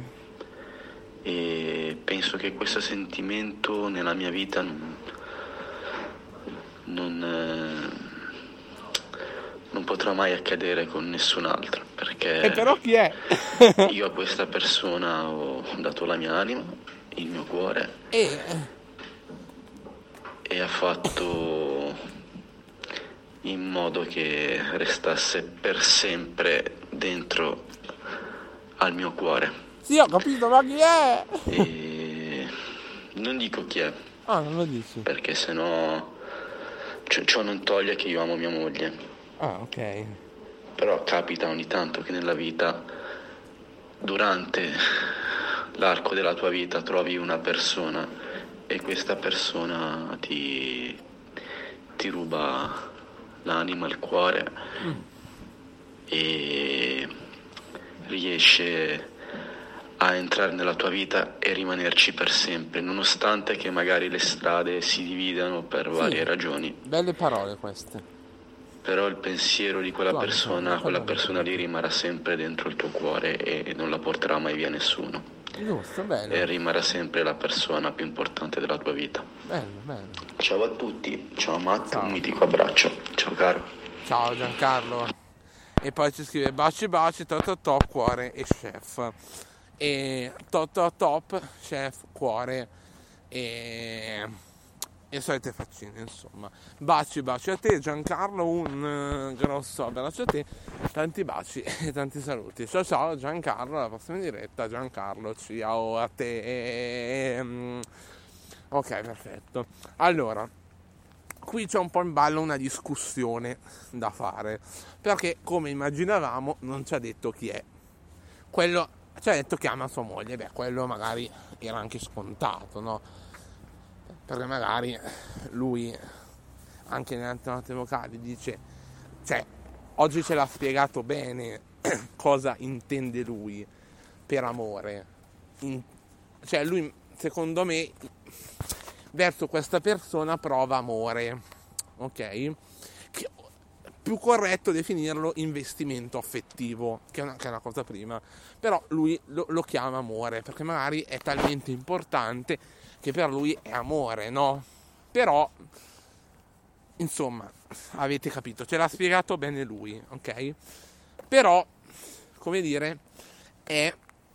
E penso che questo sentimento nella mia vita non potrà mai accadere con nessun altro, perché E però chi è? io a questa persona ho dato la mia anima, il mio cuore, e ha fatto in modo che restasse per sempre dentro al mio cuore. Sì, ho capito, ma chi è? E non dico chi è. Ah, non lo dici? Perché sennò ciò non toglie che io amo mia moglie. Ah, ok. Però capita ogni tanto che nella vita, durante l'arco della tua vita, trovi una persona e questa persona ti ruba l'anima, il cuore e riesce a entrare nella tua vita e rimanerci per sempre, nonostante che magari le strade si dividano per varie ragioni. Belle parole queste. Però il pensiero di quella persona lì rimarrà sempre dentro il tuo cuore e non la porterà mai via nessuno. Giusto, bello. E rimarrà sempre la persona più importante della tua vita. Bello. Ciao a tutti, ciao Matt, un mitico abbraccio. Ciao caro. Ciao Giancarlo. E poi ci scrive baci, top, cuore e chef. E top, chef, cuore e solite faccine, insomma. Baci a te Giancarlo, un grosso abbraccio a te, tanti baci e tanti saluti. Ciao Giancarlo, alla prossima diretta. Giancarlo, ciao a te. Ok, perfetto. Allora, qui c'è un po' in ballo una discussione da fare, perché come immaginavamo non ci ha detto chi è. Quello ci ha detto che ama sua moglie, quello magari era anche scontato, no? Perché magari lui anche nelle note vocali dice, cioè oggi ce l'ha spiegato bene cosa intende lui per amore, cioè lui secondo me verso questa persona prova amore, ok? Che più corretto definirlo investimento affettivo, che è una cosa prima, però lui lo chiama amore, perché magari è talmente importante che per lui è amore, no? Però, insomma, avete capito, ce l'ha spiegato bene lui, ok? Però, come dire, è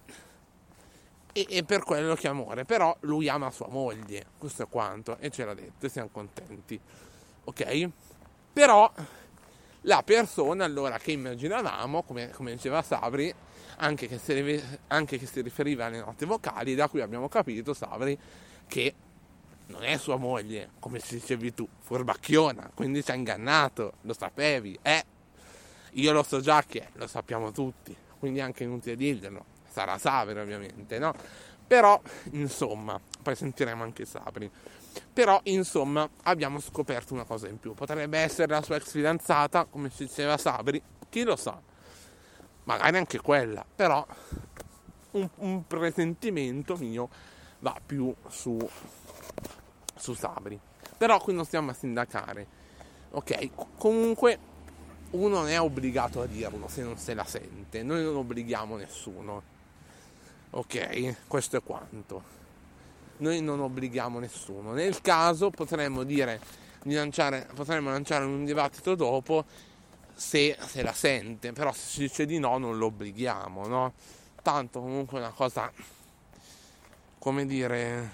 per quello che è amore, però lui ama sua moglie, questo è quanto, e ce l'ha detto, e siamo contenti, ok? Però la persona allora che immaginavamo, come diceva Sabri, anche che si riferiva alle note vocali, da cui abbiamo capito, Sabri, che non è sua moglie, come si dicevi tu, furbacchiona, quindi ci ha ingannato, lo sapevi, io lo so già che lo sappiamo tutti, quindi è anche inutile dirglielo, sarà Sabri ovviamente, no? Però, insomma, poi sentiremo anche Sabri. Però, insomma, abbiamo scoperto una cosa in più. Potrebbe essere la sua ex fidanzata, come si diceva Sabri, chi lo sa. Magari anche quella, però un presentimento mio va più su Sabri. Però qui non stiamo a sindacare. Ok, comunque uno non è obbligato a dirlo se non se la sente. Noi non obblighiamo nessuno. Ok, questo è quanto. Noi non obblighiamo nessuno. Nel caso potremmo lanciare un dibattito dopo se la sente, però se si dice di no non lo obblighiamo, no? Tanto comunque è una cosa, come dire,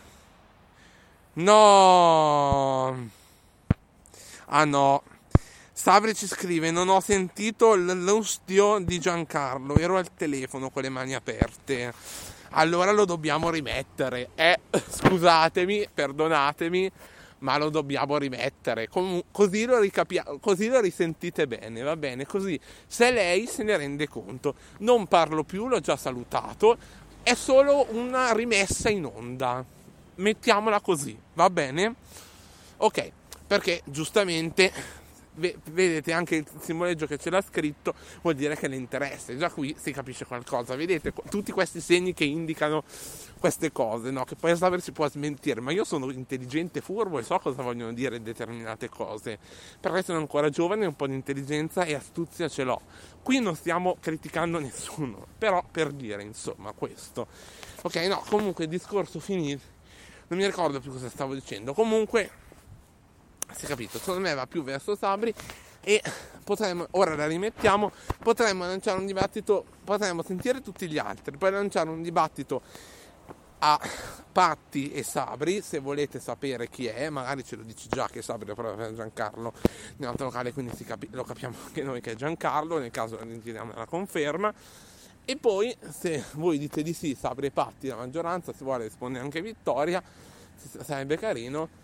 no, Sabri ci scrive: non ho sentito l'ustio di Giancarlo, ero al telefono con le mani aperte. Allora lo dobbiamo rimettere. Scusatemi, perdonatemi, ma lo dobbiamo rimettere. Così lo risentite bene, va bene? Così, se lei se ne rende conto. Non parlo più, l'ho già salutato. È solo una rimessa in onda. Mettiamola così, va bene? Ok, perché giustamente vedete anche il simboleggio che ce l'ha scritto, vuol dire che le interessa. Già qui si capisce qualcosa, vedete tutti questi segni che indicano queste cose, no? Che poi Sabri si può smentire, ma io sono intelligente, furbo e so cosa vogliono dire determinate cose, perché sono ancora giovane, un po' di intelligenza e astuzia ce l'ho. Qui non stiamo criticando nessuno, però per dire, insomma, questo. Ok, no, comunque il discorso finito, non mi ricordo più cosa stavo dicendo. Comunque si è capito, secondo me va più verso Sabri, e ora la rimettiamo, potremmo lanciare un dibattito, potremmo sentire tutti gli altri, poi lanciare un dibattito a Patti e Sabri, se volete sapere chi è, magari ce lo dici già che Sabri è proprio Giancarlo nell'altro locale, quindi lo capiamo anche noi che è Giancarlo, nel caso ritiriamo la conferma. E poi se voi dite di sì, Sabri e Patti, la maggioranza, se vuole rispondere anche Vittoria, sarebbe carino,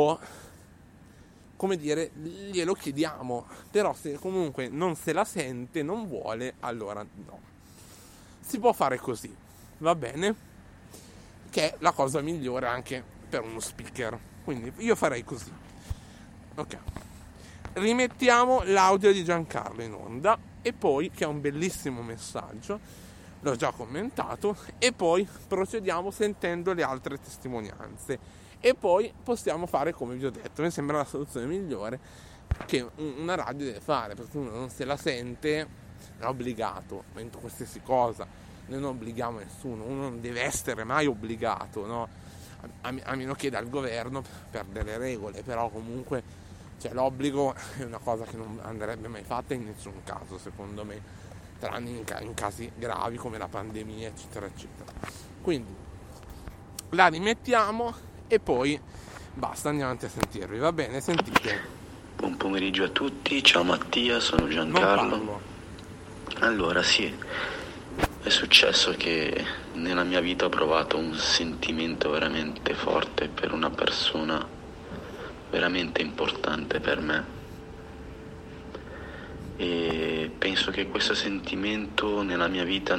come dire, glielo chiediamo. Però se comunque non se la sente, non vuole, allora no. Si può fare così, va bene? Che è la cosa migliore anche per uno speaker. Quindi io farei così. Ok. Rimettiamo l'audio di Giancarlo in onda, e poi, che è un bellissimo messaggio, l'ho già commentato, e poi procediamo sentendo le altre testimonianze. E poi possiamo fare come vi ho detto, mi sembra la soluzione migliore che una radio deve fare, perché uno non se la sente, è obbligato, in qualsiasi cosa. Noi non obblighiamo nessuno, uno non deve essere mai obbligato, no? A meno che dal governo per delle regole, però comunque, cioè, l'obbligo è una cosa che non andrebbe mai fatta in nessun caso, secondo me, tranne in casi gravi come la pandemia, eccetera eccetera. Quindi la rimettiamo e poi basta, andiamo avanti a sentirvi, va bene? Sentite. Buon pomeriggio a tutti, ciao Mattia, sono Giancarlo. Allora sì, è successo che nella mia vita ho provato un sentimento veramente forte per una persona veramente importante per me, e penso che questo sentimento nella mia vita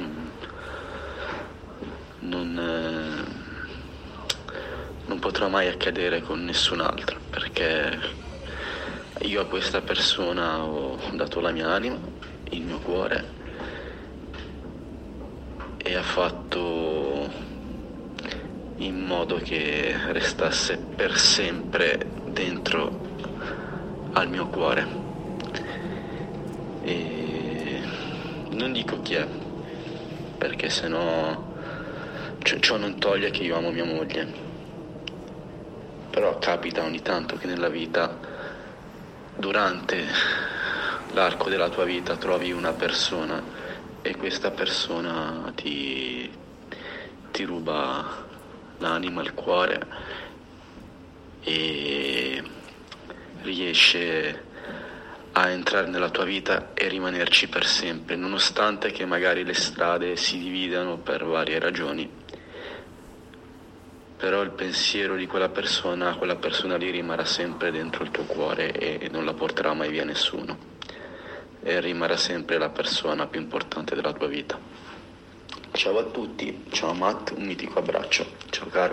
non potrà mai accadere con nessun altro, perché io a questa persona ho dato la mia anima, il mio cuore, e ha fatto in modo che restasse per sempre dentro al mio cuore. E non dico chi è, perché sennò ciò non toglie che io amo mia moglie. Però capita ogni tanto che nella vita, durante l'arco della tua vita, trovi una persona e questa persona ti ruba l'anima, il cuore, e riesce a entrare nella tua vita e rimanerci per sempre, nonostante che magari le strade si dividano per varie ragioni. Però il pensiero di quella persona lì rimarrà sempre dentro il tuo cuore e non la porterà mai via nessuno, e rimarrà sempre la persona più importante della tua vita. Ciao a tutti, ciao Matt, un mitico abbraccio, ciao caro.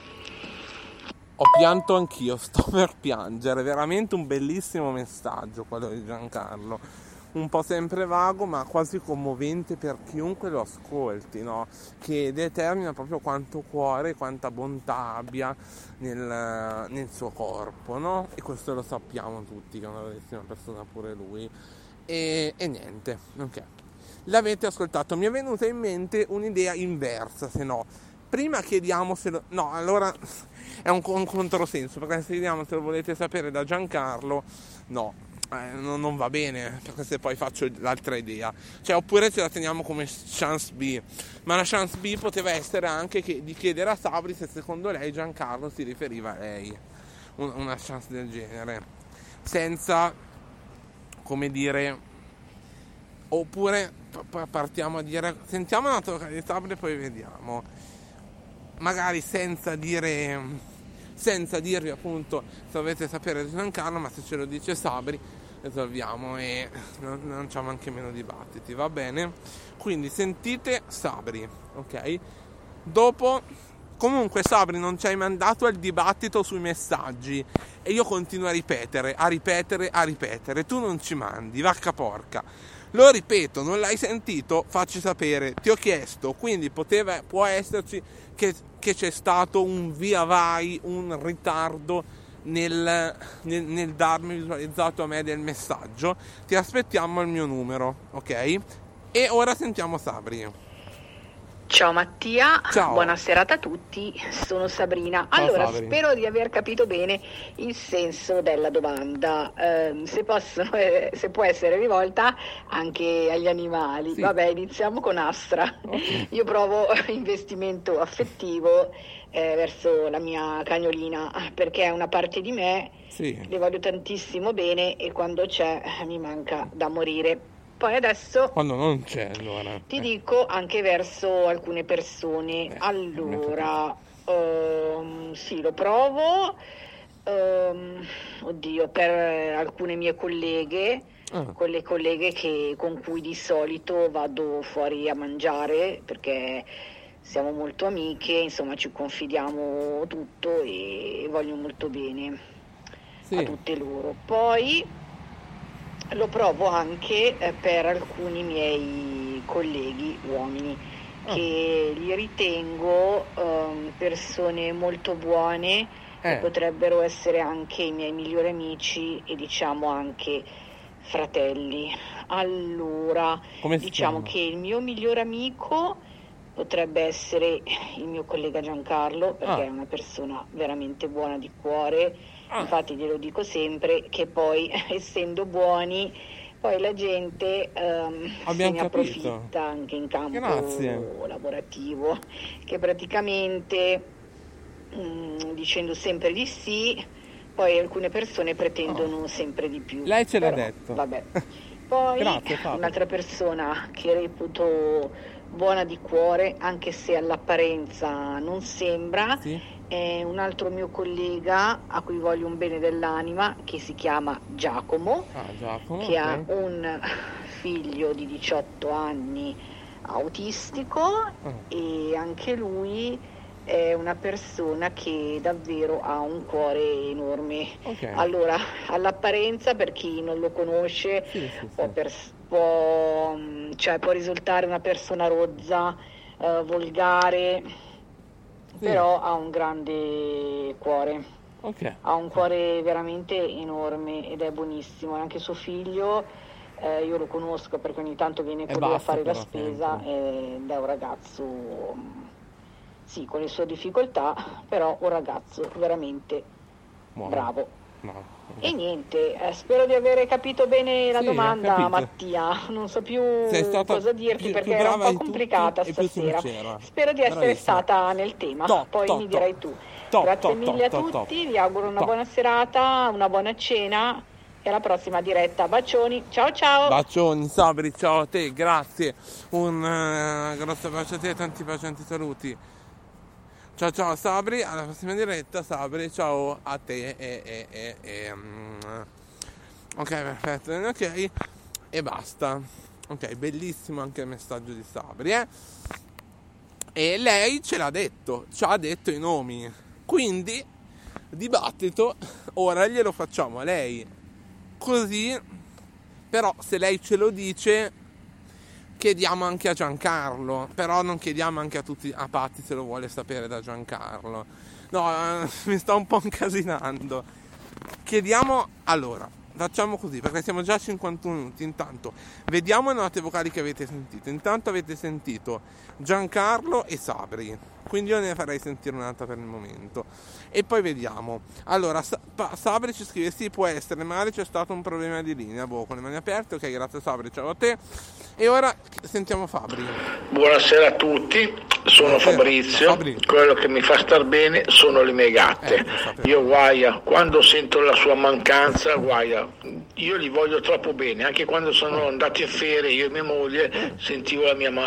Ho pianto anch'io, sto per piangere, veramente un bellissimo messaggio quello di Giancarlo, un po' sempre vago ma quasi commovente per chiunque lo ascolti, no? Che determina proprio quanto cuore, quanta bontà abbia nel suo corpo, no? E questo lo sappiamo tutti, che è una bellissima persona pure lui. E niente, ok. L'avete ascoltato, mi è venuta in mente un'idea inversa, se no. Prima chiediamo se lo... No, allora è un controsenso, perché se chiediamo se lo volete sapere da Giancarlo, no, non va bene, perché se poi faccio l'altra idea. Cioè, oppure ce la teniamo come chance B. Ma la chance B poteva essere anche di chiedere a Sabri se secondo lei Giancarlo si riferiva a lei. Una chance del genere. Senza, come dire... Oppure partiamo a dire, sentiamo la tua di Sabri e poi vediamo, magari senza dirvi appunto se dovete sapere di Giancarlo, ma se ce lo dice Sabri risolviamo e non c'è anche meno dibattiti, va bene? Quindi sentite Sabri, ok? Dopo, comunque Sabri, non ci hai mandato il dibattito sui messaggi e io continuo a ripetere, tu non ci mandi, vacca porca. Lo ripeto, non l'hai sentito? Facci sapere, ti ho chiesto, quindi può esserci che c'è stato un via vai, un ritardo nel darmi visualizzato a me del messaggio. Ti aspettiamo al mio numero, ok? E ora sentiamo Sabri. Ciao Mattia, ciao. Buona serata a tutti, sono Sabrina. Ciao, allora, Sabri. Spero di aver capito bene il senso della domanda, se può essere rivolta anche agli animali. Sì. Vabbè, iniziamo con Astra. Okay. Io provo investimento affettivo verso la mia cagnolina, perché è una parte di me, sì. Le voglio tantissimo bene e quando c'è mi manca da morire. Poi adesso quando non c'è, allora ti dico anche verso alcune persone. Allora, sì, lo provo, per alcune mie colleghe, quelle colleghe con cui di solito vado fuori a mangiare, perché siamo molto amiche, insomma ci confidiamo tutto e voglio molto bene a tutte loro. Poi lo provo anche per alcuni miei colleghi uomini, che li ritengo persone molto buone, e potrebbero essere anche i miei migliori amici e diciamo anche fratelli. Allora, diciamo che il mio migliore amico potrebbe essere il mio collega Giancarlo, perché è una persona veramente buona di cuore. Infatti glielo dico sempre, che poi essendo buoni poi la gente se ne approfitta anche in campo lavorativo, che praticamente dicendo sempre di sì, poi alcune persone pretendono sempre di più. Lei ce l'ha detto. Vabbè. Poi un'altra persona che reputo buona di cuore, anche se all'apparenza non sembra, è un altro mio collega a cui voglio un bene dell'anima, che si chiama Giacomo, che ha un figlio di 18 anni autistico e anche lui è una persona che davvero ha un cuore enorme. Allora, all'apparenza, per chi non lo conosce, può risultare una persona rozza, volgare, però ha un grande cuore. Ok. Ha un cuore veramente enorme ed è buonissimo. E anche suo figlio, io lo conosco perché ogni tanto viene con lui a fare la spesa ed è un ragazzo, sì, con le sue difficoltà, però un ragazzo veramente bravo. E niente, spero di aver capito bene la domanda, Mattia. Non so più cosa dirti perché era un po' complicata stasera. Spero di essere stata nel tema, poi mi dirai tu. Grazie mille a tutti, vi auguro una buona serata, una buona cena e alla prossima diretta. Bacioni, ciao ciao. Bacioni, Sabri, ciao a te, grazie. Un grosso bacio a te e tanti bacianti saluti. Ciao Sabri, alla prossima diretta. Sabri, ciao a te ok, perfetto, ok, e basta. Ok, bellissimo anche il messaggio di Sabri, e lei ce l'ha detto, ci ha detto i nomi, quindi dibattito ora glielo facciamo a lei, così però se lei ce lo dice chiediamo anche a Giancarlo, però non chiediamo anche a tutti, a Patti se lo vuole sapere da Giancarlo. No, mi sto un po' incasinando. Chiediamo, allora, facciamo così, perché siamo già a 51 minuti. Intanto, vediamo le note vocali che avete sentito. Intanto avete sentito Giancarlo e Sabri, quindi io ne farei sentire un'altra per il momento. E poi vediamo. Allora, Sabri ci scrive, sì, può essere, magari c'è stato un problema di linea, con le mani aperte. Ok, grazie Sabri, ciao a te. E ora sentiamo Fabri. Buonasera a tutti, sono Fabrizio. Quello che mi fa star bene sono le mie gatte. Io guaia, quando sento la sua mancanza, guaia, io li voglio troppo bene. Anche quando sono andato in ferie, io e mia moglie sentivo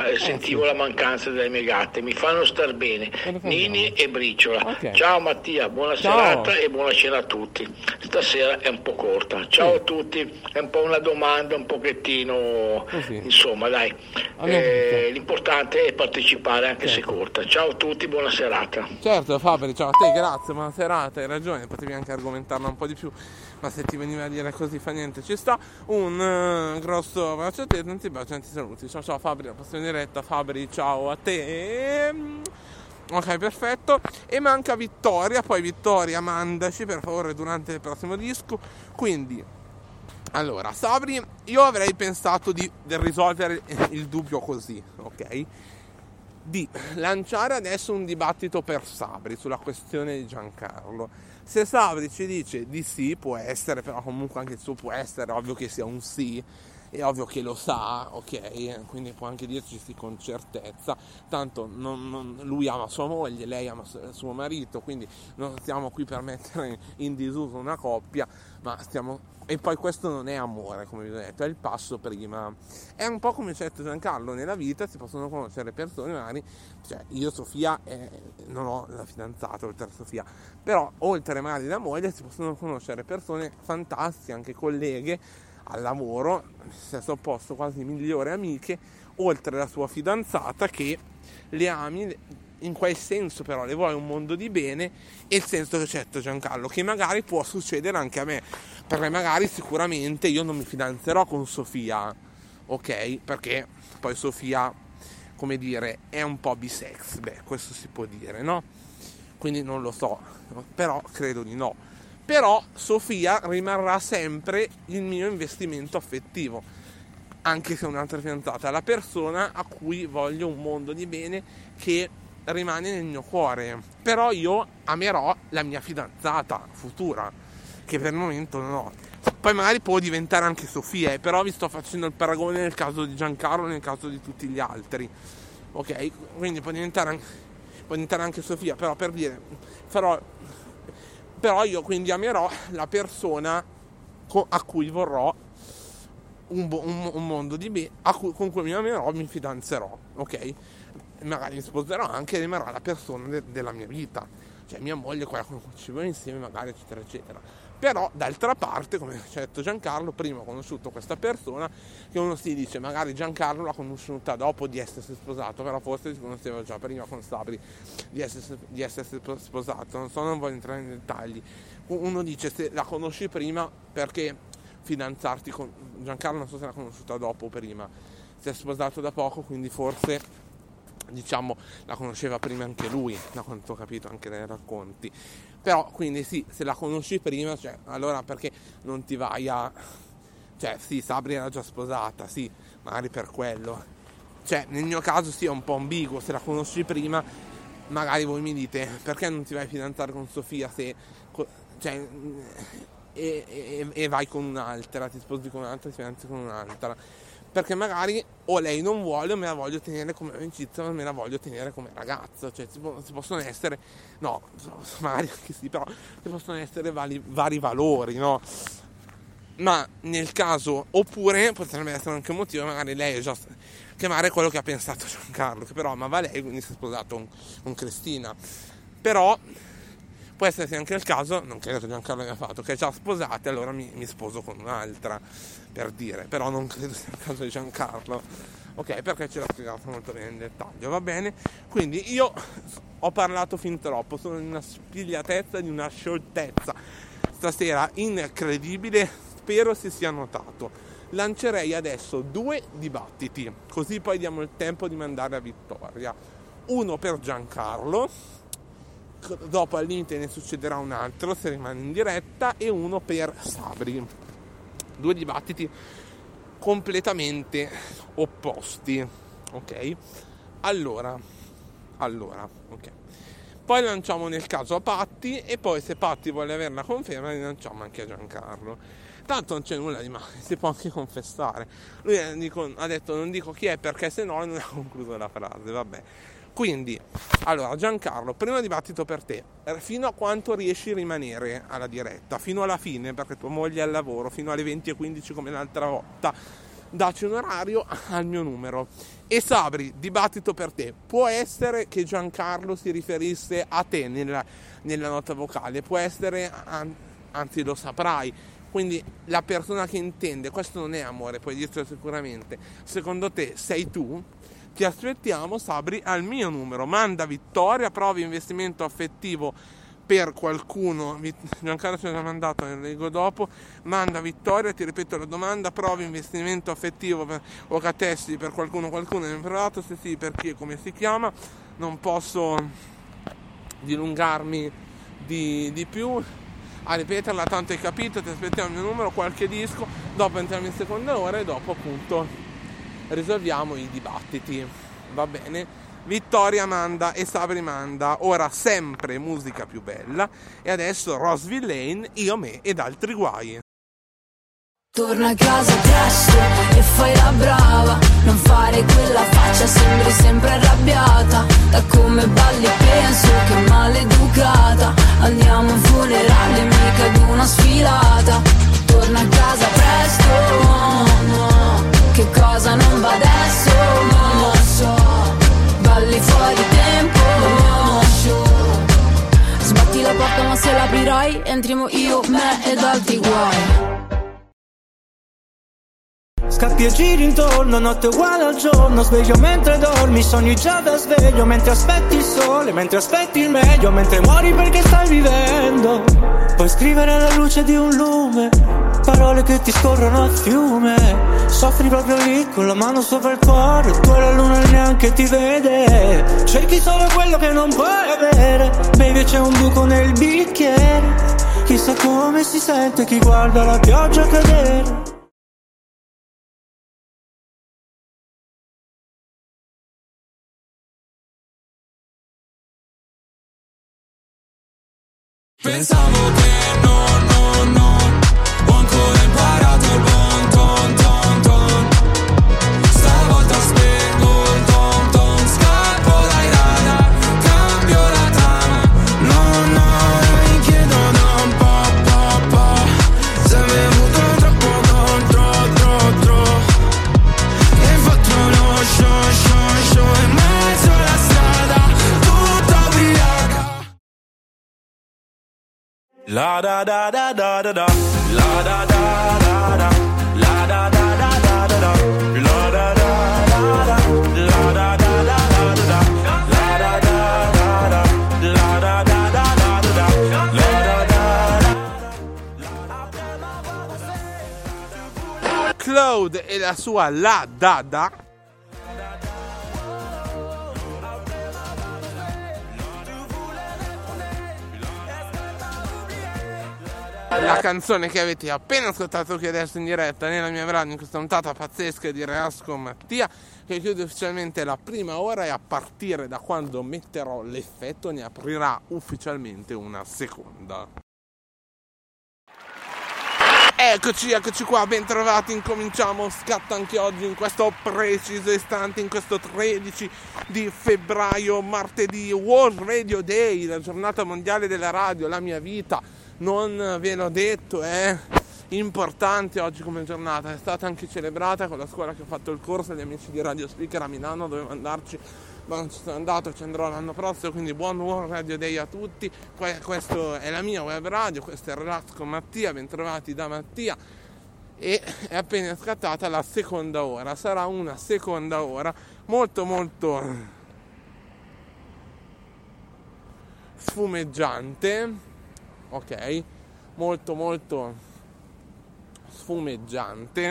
la mancanza delle mie gatte. Mi fanno star bene, Nini e Briciola. Ciao Mattia, buona serata e buona cena a tutti. Stasera è un po' corta. Ciao a tutti, è un po' una domanda un pochettino, insomma dai, l'importante è partecipare anche se corta. Ciao a tutti, buona serata. Certo Fabri, ciao a te, grazie, buona serata, hai ragione, potevi anche argomentarla un po' di più, ma se ti veniva a dire così fa niente, ci sta. Un grosso bacio a te, tanti bacianti saluti. Ciao Fabri, la prossima diretta. Fabri, ciao a te. Ok, perfetto. E manca Vittoria, poi Vittoria mandaci per favore durante il prossimo disco. Quindi, allora, Sabri, io avrei pensato di risolvere il dubbio così, ok? Di lanciare adesso un dibattito per Sabri sulla questione di Giancarlo. Se Sabri ci dice di sì, può essere, però comunque anche il suo può essere, ovvio che sia un sì, è ovvio che lo sa, ok? Quindi può anche dirci sì con certezza, tanto lui ama sua moglie, lei ama suo marito, quindi non stiamo qui per mettere in disuso una coppia, ma stiamo... E poi questo non è amore, come vi ho detto, è il passo prima. È un po' come c'è Giancarlo, nella vita si possono conoscere persone, magari, cioè io Sofia non ho la fidanzata oltre a Sofia, però oltre magari la moglie si possono conoscere persone fantastiche, anche colleghe al lavoro, stesso posto, quasi migliori amiche, oltre alla sua fidanzata che le ami in quel senso, però le vuoi un mondo di bene, e il senso che c'è Giancarlo, che magari può succedere anche a me, perché magari sicuramente io non mi fidanzerò con Sofia, ok? Perché poi Sofia, come dire, è un po' bisex, questo si può dire, no? Quindi non lo so, però credo di no. Però Sofia rimarrà sempre il mio investimento affettivo, anche se è un'altra fidanzata, la persona a cui voglio un mondo di bene, che rimane nel mio cuore. Però io amerò la mia fidanzata futura, che per il momento non ho. Poi magari può diventare anche Sofia, però vi sto facendo il paragone nel caso di Giancarlo e nel caso di tutti gli altri, ok? Quindi può diventare anche Sofia, però per dire, però io quindi amerò la persona a cui vorrò un mondo di bene, con cui mi amerò, mi fidanzerò, ok? Magari mi sposerò anche e rimarrà la persona della mia vita, cioè mia moglie, quella con cui ci voglio insieme, magari eccetera eccetera. Però d'altra parte, come ci ha detto Giancarlo, prima ho conosciuto questa persona, che uno si dice magari Giancarlo l'ha conosciuta dopo di essersi sposato, però forse si conosceva già prima con Sabri di essersi sposato, non so, non voglio entrare nei dettagli. Uno dice se la conosci prima, perché fidanzarti con Giancarlo, non so se l'ha conosciuta dopo o prima, si è sposato da poco, quindi forse diciamo la conosceva prima anche lui, da quanto ho capito anche dai racconti. Però quindi sì, se la conosci prima, cioè allora perché non ti vai a... Cioè sì, Sabri era già sposata, sì, magari per quello. Cioè nel mio caso sì, è un po' ambiguo, se la conosci prima magari voi mi dite perché non ti vai a fidanzare con Sofia se... Cioè, e vai con un'altra, ti sposi con un'altra, ti fidanzi con un'altra, perché magari o lei non vuole o me la voglio tenere come amicizia o me la voglio tenere come ragazza, cioè si possono essere, no, magari anche sì, però ci possono essere vari valori, no? Ma nel caso, oppure potrebbe essere anche un motivo, magari lei è già, che magari è quello che ha pensato Giancarlo, che però amava lei, quindi si è sposato con Cristina, però può essere anche il caso, non credo che Giancarlo abbia fatto, che è già sposata e allora mi sposo con un'altra, per dire, però non credo sia il caso di Giancarlo, ok, perché ce l'ha spiegato molto bene in dettaglio, va bene? Quindi io ho parlato fin troppo, sono in una spigliatezza, di una scioltezza stasera incredibile, spero si sia notato. Lancerei adesso 2 dibattiti, così poi diamo il tempo di mandare a Vittoria, uno per Giancarlo, dopo al limite ne succederà un altro se rimane in diretta, e uno per Sabri. 2 dibattiti completamente opposti, ok? Allora, ok. Poi lanciamo nel caso a Patti, e poi se Patti vuole avere la conferma li lanciamo anche a Giancarlo. Tanto non c'è nulla di male, si può anche confessare. Lui ha detto non dico chi è perché se no non ha concluso la frase, vabbè. Quindi, allora Giancarlo, primo dibattito per te, fino a quanto riesci a rimanere alla diretta? Fino alla fine, perché tua moglie è al lavoro, fino alle 20:15 come l'altra volta, dacci un orario al mio numero. E Sabri, dibattito per te, può essere che Giancarlo si riferisse a te nella nota vocale, può essere, anzi lo saprai, quindi la persona che intende, questo non è amore, puoi dircelo sicuramente, secondo te sei tu? Ti aspettiamo, Sabri, al mio numero. Manda Vittoria, provi investimento affettivo per qualcuno. Giancarlo ce l'ha mandato, ne leggo dopo. Manda Vittoria, ti ripeto la domanda, provi investimento affettivo o catesti per qualcuno mi ha provato, se sì, perché, come si chiama. Non posso dilungarmi di più a ripeterla, tanto hai capito. Ti aspettiamo il mio numero, qualche disco, dopo entriamo in seconda ora e dopo appunto risolviamo i dibattiti, va bene? Vittoria manda e Sabri manda, ora sempre musica più bella, e adesso Roseville Lane, Io, me ed altri guai. Torna a casa presto e fai la brava, non fare quella faccia, sembri sempre arrabbiata, da come balli penso che maleducata, andiamo a un funerale, mica ad una sfilata. Torna a casa presto, no, che cosa non va adesso, non lo so, balli fuori tempo, no, sbatti la porta ma se l'aprirai, entriamo io, me ed altri guai. Scappi e giri intorno, notte uguale al giorno, sveglio mentre dormi, sogni già da sveglio, mentre aspetti il sole, mentre aspetti il meglio, mentre muori perché stai vivendo. Puoi scrivere alla luce di un lume, parole che ti scorrono a fiume, soffri proprio lì con la mano sopra il cuore, tu la luna neanche ti vede, cerchi solo quello che non puoi avere, baby c'è un buco nel bicchiere, chissà come si sente chi guarda la pioggia cadere. Pensavo che no, ho ancora imparato il bon ton ton ton. Stavolta spengo il ton ton, scappo dai radar, cambio la trama. No, mi chiedo da un po', se mi hai avuto troppo, e hai fatto uno show in mezzo alla strada, tutta ubriaca. La da da da da da da, la da da da da, la da da da da da da, la da da da da, la da da da da da, la da da da da, la da da da da da, la da da. Claude e la sua La Da Da. la canzone che avete appena ascoltato qui adesso in diretta nella mia radio, in questa puntata pazzesca di Reasco Mattia, che chiude ufficialmente la prima ora, e a partire da quando metterò l'effetto ne aprirà ufficialmente una seconda. Eccoci qua, ben trovati, incominciamo, scatta anche oggi in questo preciso istante, in questo 13 di febbraio, martedì, World Radio Day, la giornata mondiale della radio, la mia vita, non ve l'ho detto, è importante oggi come giornata, è stata anche celebrata con la scuola che ho fatto il corso, gli amici di Radio Speaker a Milano, dovevo andarci, ma non ci sono andato, ci andrò l'anno prossimo, quindi buon World Radio Day a tutti. Questa è la mia web radio, questo è Relax con Mattia, ben trovati da Mattia, e è appena scattata la seconda ora, sarà una seconda ora molto sfumeggiante, ok, molto sfumeggiante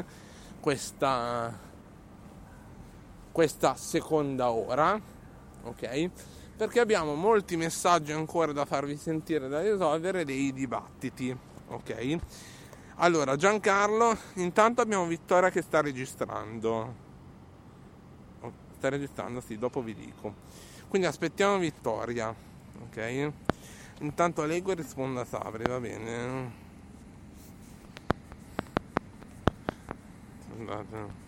questa seconda ora, ok? Perché abbiamo molti messaggi ancora da farvi sentire, da risolvere, dei dibattiti, ok? Allora, Giancarlo, intanto abbiamo Vittoria che sta registrando. Sta registrando, sì, dopo vi dico. Quindi aspettiamo Vittoria, ok? Intanto leggo e rispondo a Sabri, va bene? Andate.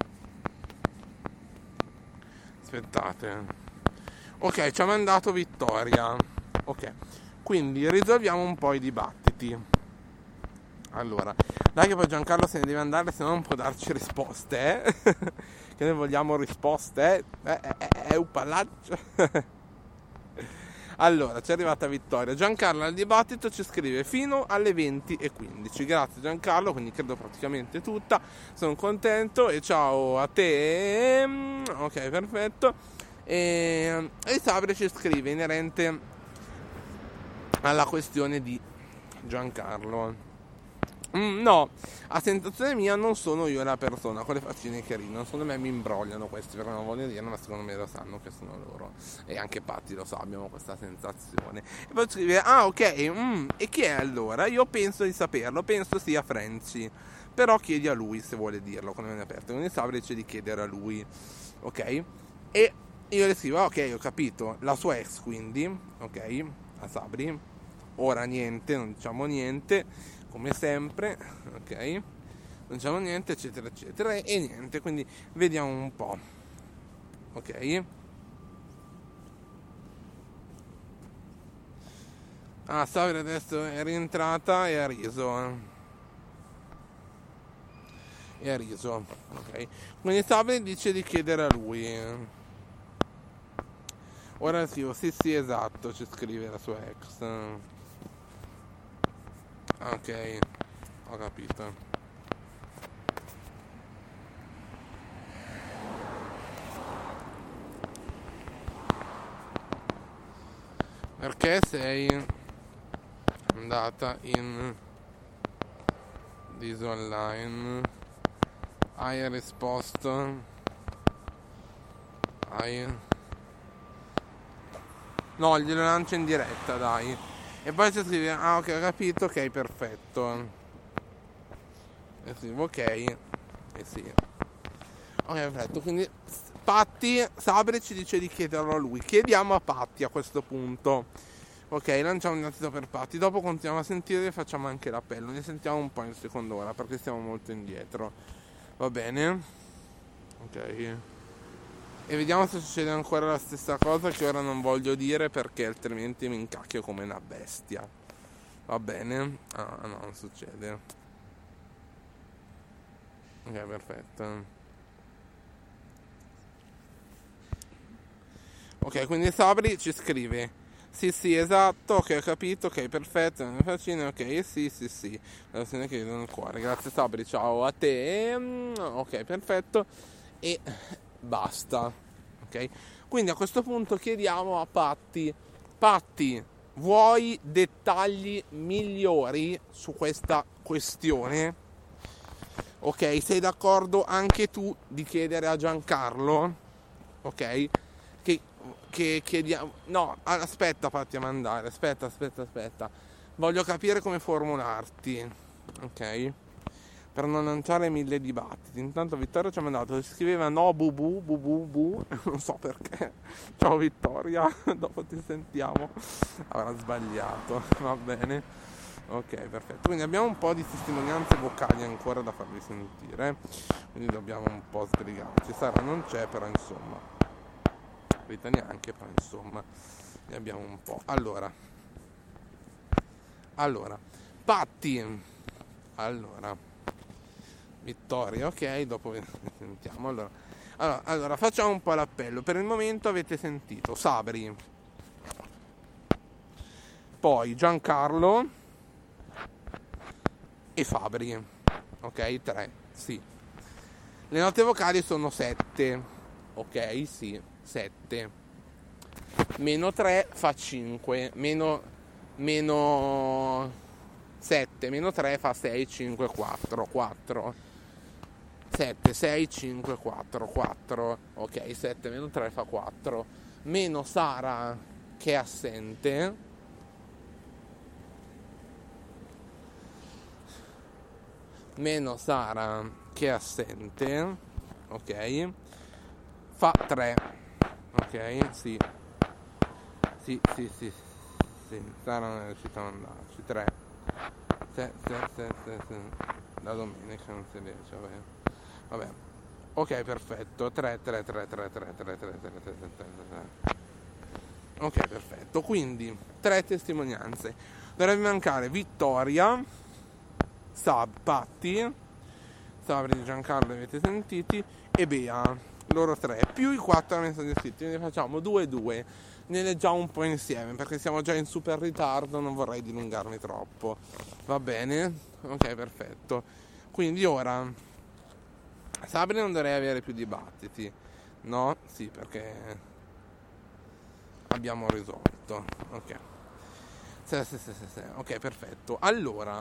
Aspettate. Ok, ci ha mandato Vittoria. Ok, quindi risolviamo un po' i dibattiti. Allora, dai che poi Giancarlo se ne deve andare, se no non può darci risposte, che noi vogliamo risposte, è un pallaggio. Allora, ci è arrivata Vittoria. Giancarlo al dibattito ci scrive fino alle 20:15. Grazie Giancarlo, quindi credo praticamente tutta. Sono contento e ciao a te. Ok, perfetto. E Sabri ci scrive inerente alla questione di Giancarlo. No, a sensazione mia non sono io la persona con le faccine che ridono, secondo me mi imbrogliano questi perché non voglio dire, ma secondo me lo sanno che sono loro, e anche Patti lo sa, abbiamo questa sensazione. E poi scrive, ok, e chi è allora? Io penso di saperlo, penso sia Franci, però chiedi a lui se vuole dirlo, con le mani aperte, quindi Sabri dice di chiedere a lui, ok? E io le scrivo, ok, ho capito, la sua ex quindi, ok, a Sabri, ora niente, non diciamo niente, come sempre, ok, non diciamo niente, eccetera eccetera, e niente, quindi vediamo un po', ok. Sabri adesso è rientrata e ha riso, ok, quindi Sabri dice di chiedere a lui. Ora scrivo, sì esatto, ci scrive la sua ex. Ok, ho capito. Perché sei andata in Disonline? Hai risposto? No, glielo lancio in diretta, dai. E poi si scrive, ok, ho capito, ok, perfetto. E scrivo, ok, e sì. Ok, perfetto, quindi Patti, Sabri ci dice di chiederlo a lui. Chiediamo a Patti a questo punto. Ok, lanciamo un attimo per Patti. Dopo continuiamo a sentire e facciamo anche l'appello. Ne sentiamo un po' in seconda ora perché siamo molto indietro. Va bene? Ok. E vediamo se succede ancora la stessa cosa, che ora non voglio dire perché altrimenti mi incacchio come una bestia. Va bene? No, non succede. Ok, perfetto. Ok, quindi Sabri ci scrive sì esatto, ok, ho capito, ok, perfetto, ok, sì la persona che vedono il cuore. Grazie Sabri, ciao a te. Ok, perfetto. E basta, ok? Quindi a questo punto chiediamo a Patti, vuoi dettagli migliori su questa questione? Ok, sei d'accordo anche tu di chiedere a Giancarlo? Ok? Che chiediamo... No, aspetta Patti a mandare, aspetta. voglio capire come formularti, ok? Per non lanciare 1000 dibattiti. Intanto Vittoria ci ha mandato, si scriveva no bu, non so perché. Ciao Vittoria, dopo ti sentiamo. Avrà sbagliato, va bene. Ok, perfetto. Quindi abbiamo un po' di testimonianze vocali ancora da farvi sentire, quindi dobbiamo un po' sbrigarci. Sara non c'è, però insomma, Rita neanche, però insomma ne abbiamo un po'. Allora Patti, allora Vittoria, ok, dopo sentiamo. Allora facciamo un po' l'appello. Per il momento avete sentito Sabri, poi Giancarlo e Fabri, ok, 3, sì. Le note vocali sono 7, ok, sì, 7. Meno 3 fa 5, meno 7, meno 3 fa 6, 5, 4, 7, 6, 5, 4, ok, 7 meno 3 fa 4, meno Sara che è assente, ok, fa 3, ok, sì, Sara non è riuscita a mandarci 3, la domenica non si riesce, vabbè, ok, perfetto, 3, ok, perfetto, quindi 3 testimonianze. Dovrebbe mancare Vittoria, Patti, Sabri, Giancarlo avete sentiti, e Bea, loro 3, più i 4 messaggi scritti, quindi facciamo 2-2, ne leggiamo un po' insieme perché siamo già in super ritardo, non vorrei dilungarmi troppo, va bene? Ok, perfetto. Quindi ora Sabri non dovrei avere più dibattiti, no? Sì, perché abbiamo risolto, ok. Sì. Ok, perfetto. Allora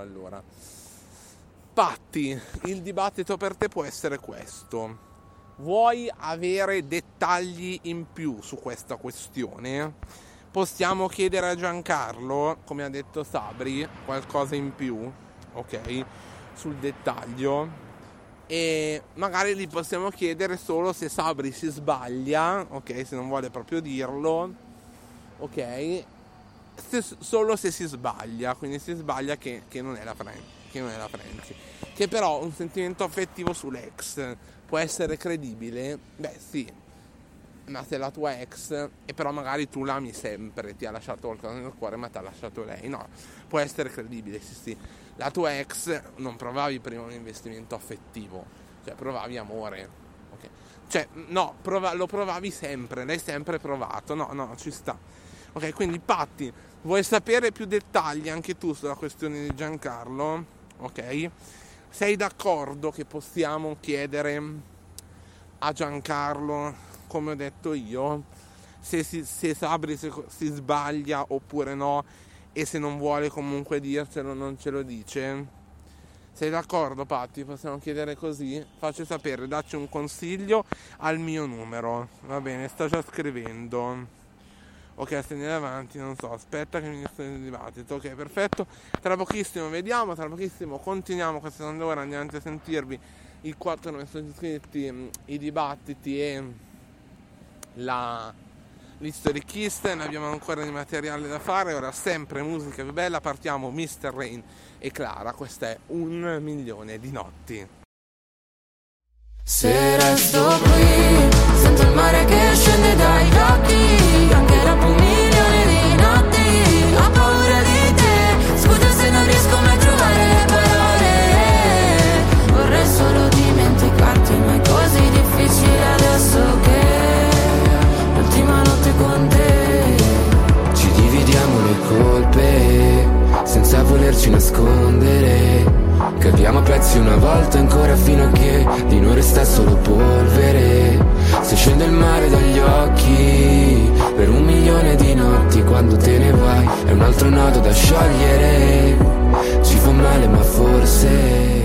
Patti, il dibattito per te può essere questo. Vuoi avere dettagli in più su questa questione? Possiamo chiedere a Giancarlo, come ha detto Sabri, qualcosa in più, ok, sul dettaglio, e magari gli possiamo chiedere solo se Sabri si sbaglia, ok, se non vuole proprio dirlo, ok, solo se si sbaglia, quindi si sbaglia che non è la Franci, che però un sentimento affettivo sull'ex può essere credibile? Beh sì, ma se la tua ex, e però magari tu l'ami sempre, ti ha lasciato qualcosa nel cuore ma ti ha lasciato lei, no, può essere credibile, sì, la tua ex non provavi prima un investimento affettivo, cioè provavi amore, ok, cioè no, lo provavi sempre, l'hai sempre provato, no, ci sta, ok. Quindi Patti, vuoi sapere più dettagli anche tu sulla questione di Giancarlo, ok? Sei d'accordo che possiamo chiedere a Giancarlo, come ho detto io, se Sabri si sbaglia oppure no, e se non vuole comunque dircelo non ce lo dice? Sei d'accordo, Patti? Possiamo chiedere così? Facci sapere, dacci un consiglio al mio numero, va bene, sto già scrivendo. Ok, se andiamo avanti, non so, aspetta che mi sto nel dibattito. Ok, perfetto, tra pochissimo vediamo, tra pochissimo continuiamo questa seconda ora, andiamo a sentirvi i 4 messaggi iscritti, i dibattiti e l'history kiss. Ne abbiamo ancora di materiale da fare. Ora sempre musica più bella, partiamo Mr. Rain e Clara, questa è 1 milione di notti. Se resto qui, sento il mare che scende dai occhi, anche dopo 1 milione di notti, ho paura di te, scusa se non riesco mai a trovare le parole, vorrei solo dimenticarti, ma è così difficile adesso che l'ultima notte con te, ci dividiamo le colpe, senza volerci nascondere, capiamo a pezzi una volta ancora fino a che di noi resta solo polvere. Se scende il mare dagli occhi per 1 milione di notti, quando te ne vai è un altro nodo da sciogliere. Ci fa male ma forse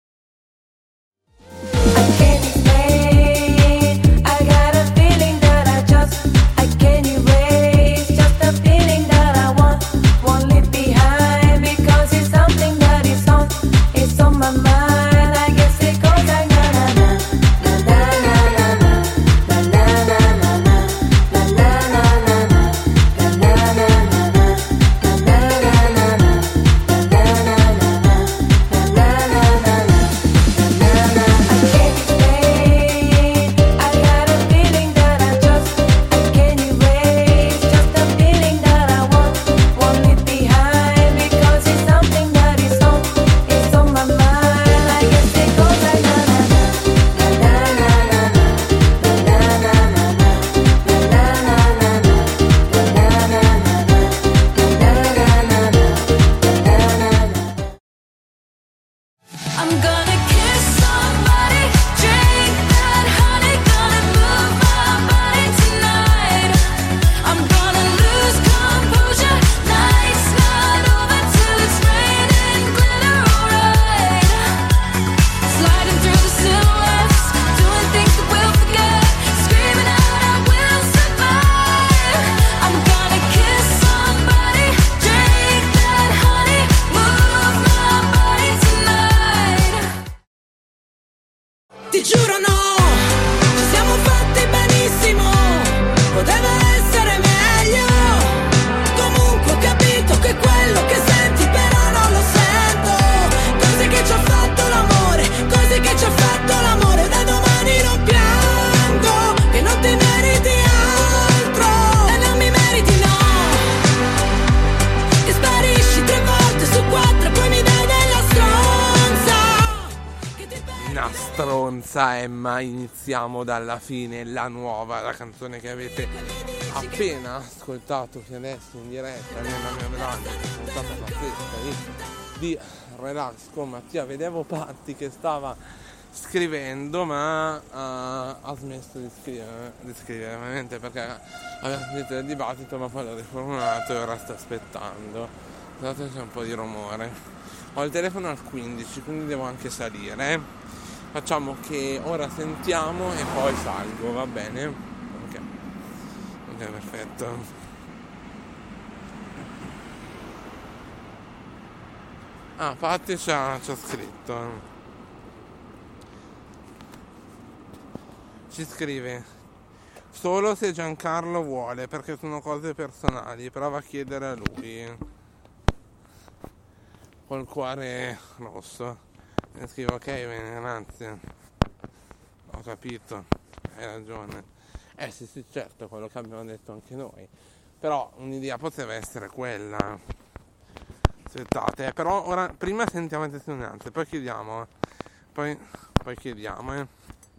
I got a feeling that stronza Emma, iniziamo dalla fine, la nuova, la canzone che avete appena ascoltato che adesso in diretta nella mia melodica, puntata pazzesca di Relax con Mattia. Vedevo Patti che stava scrivendo, ma ha smesso di scrivere ovviamente perché aveva sentito il dibattito, ma poi l'ho riformulato e ora sto aspettando. Scusate, c'è un po' di rumore. Ho il telefono al 15, quindi devo anche salire. Facciamo che ora sentiamo e poi salgo, va bene? Ok, perfetto. Patti ci ha scritto. Ci scrive: solo se Giancarlo vuole, perché sono cose personali, prova a chiedere a lui. Col cuore rosso. E scrivo: ok, bene, grazie, ho capito, hai ragione. Sì, certo, quello che abbiamo detto anche noi, però un'idea poteva essere quella. Aspettate, però ora prima sentiamo le testimonianze, poi chiediamo, poi chiediamo,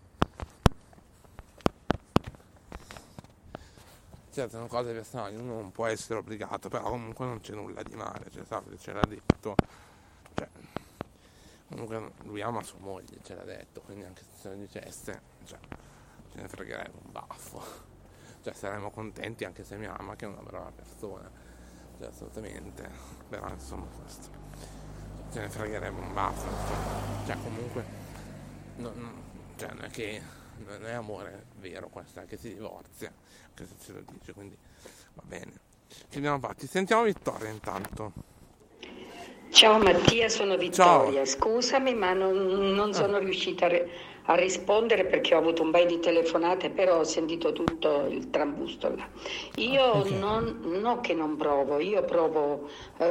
Certo, sono cose personali, uno non può essere obbligato, però comunque non c'è nulla di male, cioè, sapete, ce l'ha detto, cioè, comunque lui ama sua moglie, ce l'ha detto, quindi anche se lo dicesse, cioè, ce ne fregherebbe un baffo, cioè saremmo contenti anche se mi ama, che è una brava persona, cioè assolutamente, però insomma questo, ce ne fregherebbe un baffo, cioè comunque, cioè non è che non è amore vero questo, è che si divorzia, anche se ce lo dice, quindi va bene. Ci andiamo avanti, sentiamo Vittoria intanto. Ciao Mattia, sono Vittoria. Ciao. Scusami, ma non sono riuscita a rispondere perché ho avuto un paio di telefonate, però ho sentito tutto il trambusto là. Io non che non provo, io provo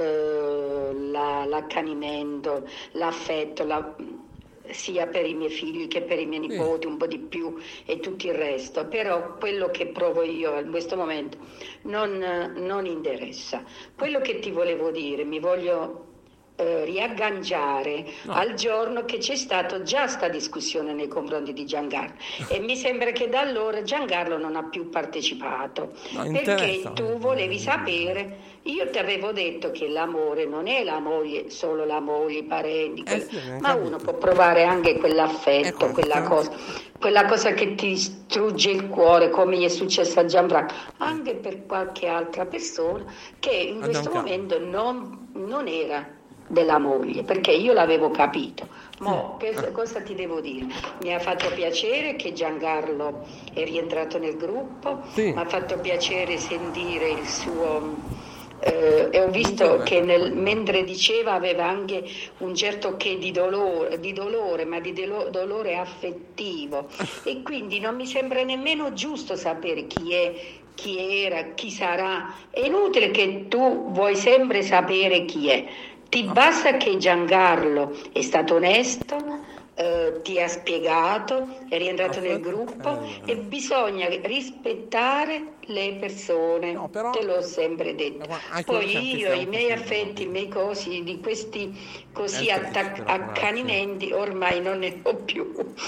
l'accanimento, l'affetto, sia per i miei figli che per i miei nipoti, un po' di più e tutto il resto, però quello che provo io in questo momento non interessa. Quello che ti volevo dire, mi voglio riagganciare al giorno che c'è stata già sta discussione nei confronti di Giancarlo e mi sembra che da allora Giancarlo non ha più partecipato, perché tu volevi sapere. Io ti avevo detto che l'amore non è la moglie, solo la moglie, i parenti, ma uno può provare anche quell'affetto, quella cosa che ti strugge il cuore, come gli è successo a Gianfranco, anche per qualche altra persona che in questo momento non era della moglie, perché io l'avevo capito. Cosa ti devo dire? Mi ha fatto piacere che Giancarlo è rientrato nel gruppo, mi ha fatto piacere sentire il suo e ho visto che mentre diceva aveva anche un certo che di dolore, ma di dolore affettivo, e quindi non mi sembra nemmeno giusto sapere chi è, chi era, chi sarà. È inutile che tu vuoi sempre sapere chi è. Ti basta che Giancarlo è stato onesto, ti ha spiegato, è rientrato nel gruppo e bisogna rispettare le persone, te l'ho sempre detto. Poi io i miei affetti, i miei cosi, di questi così accanimenti ormai non ne ho più.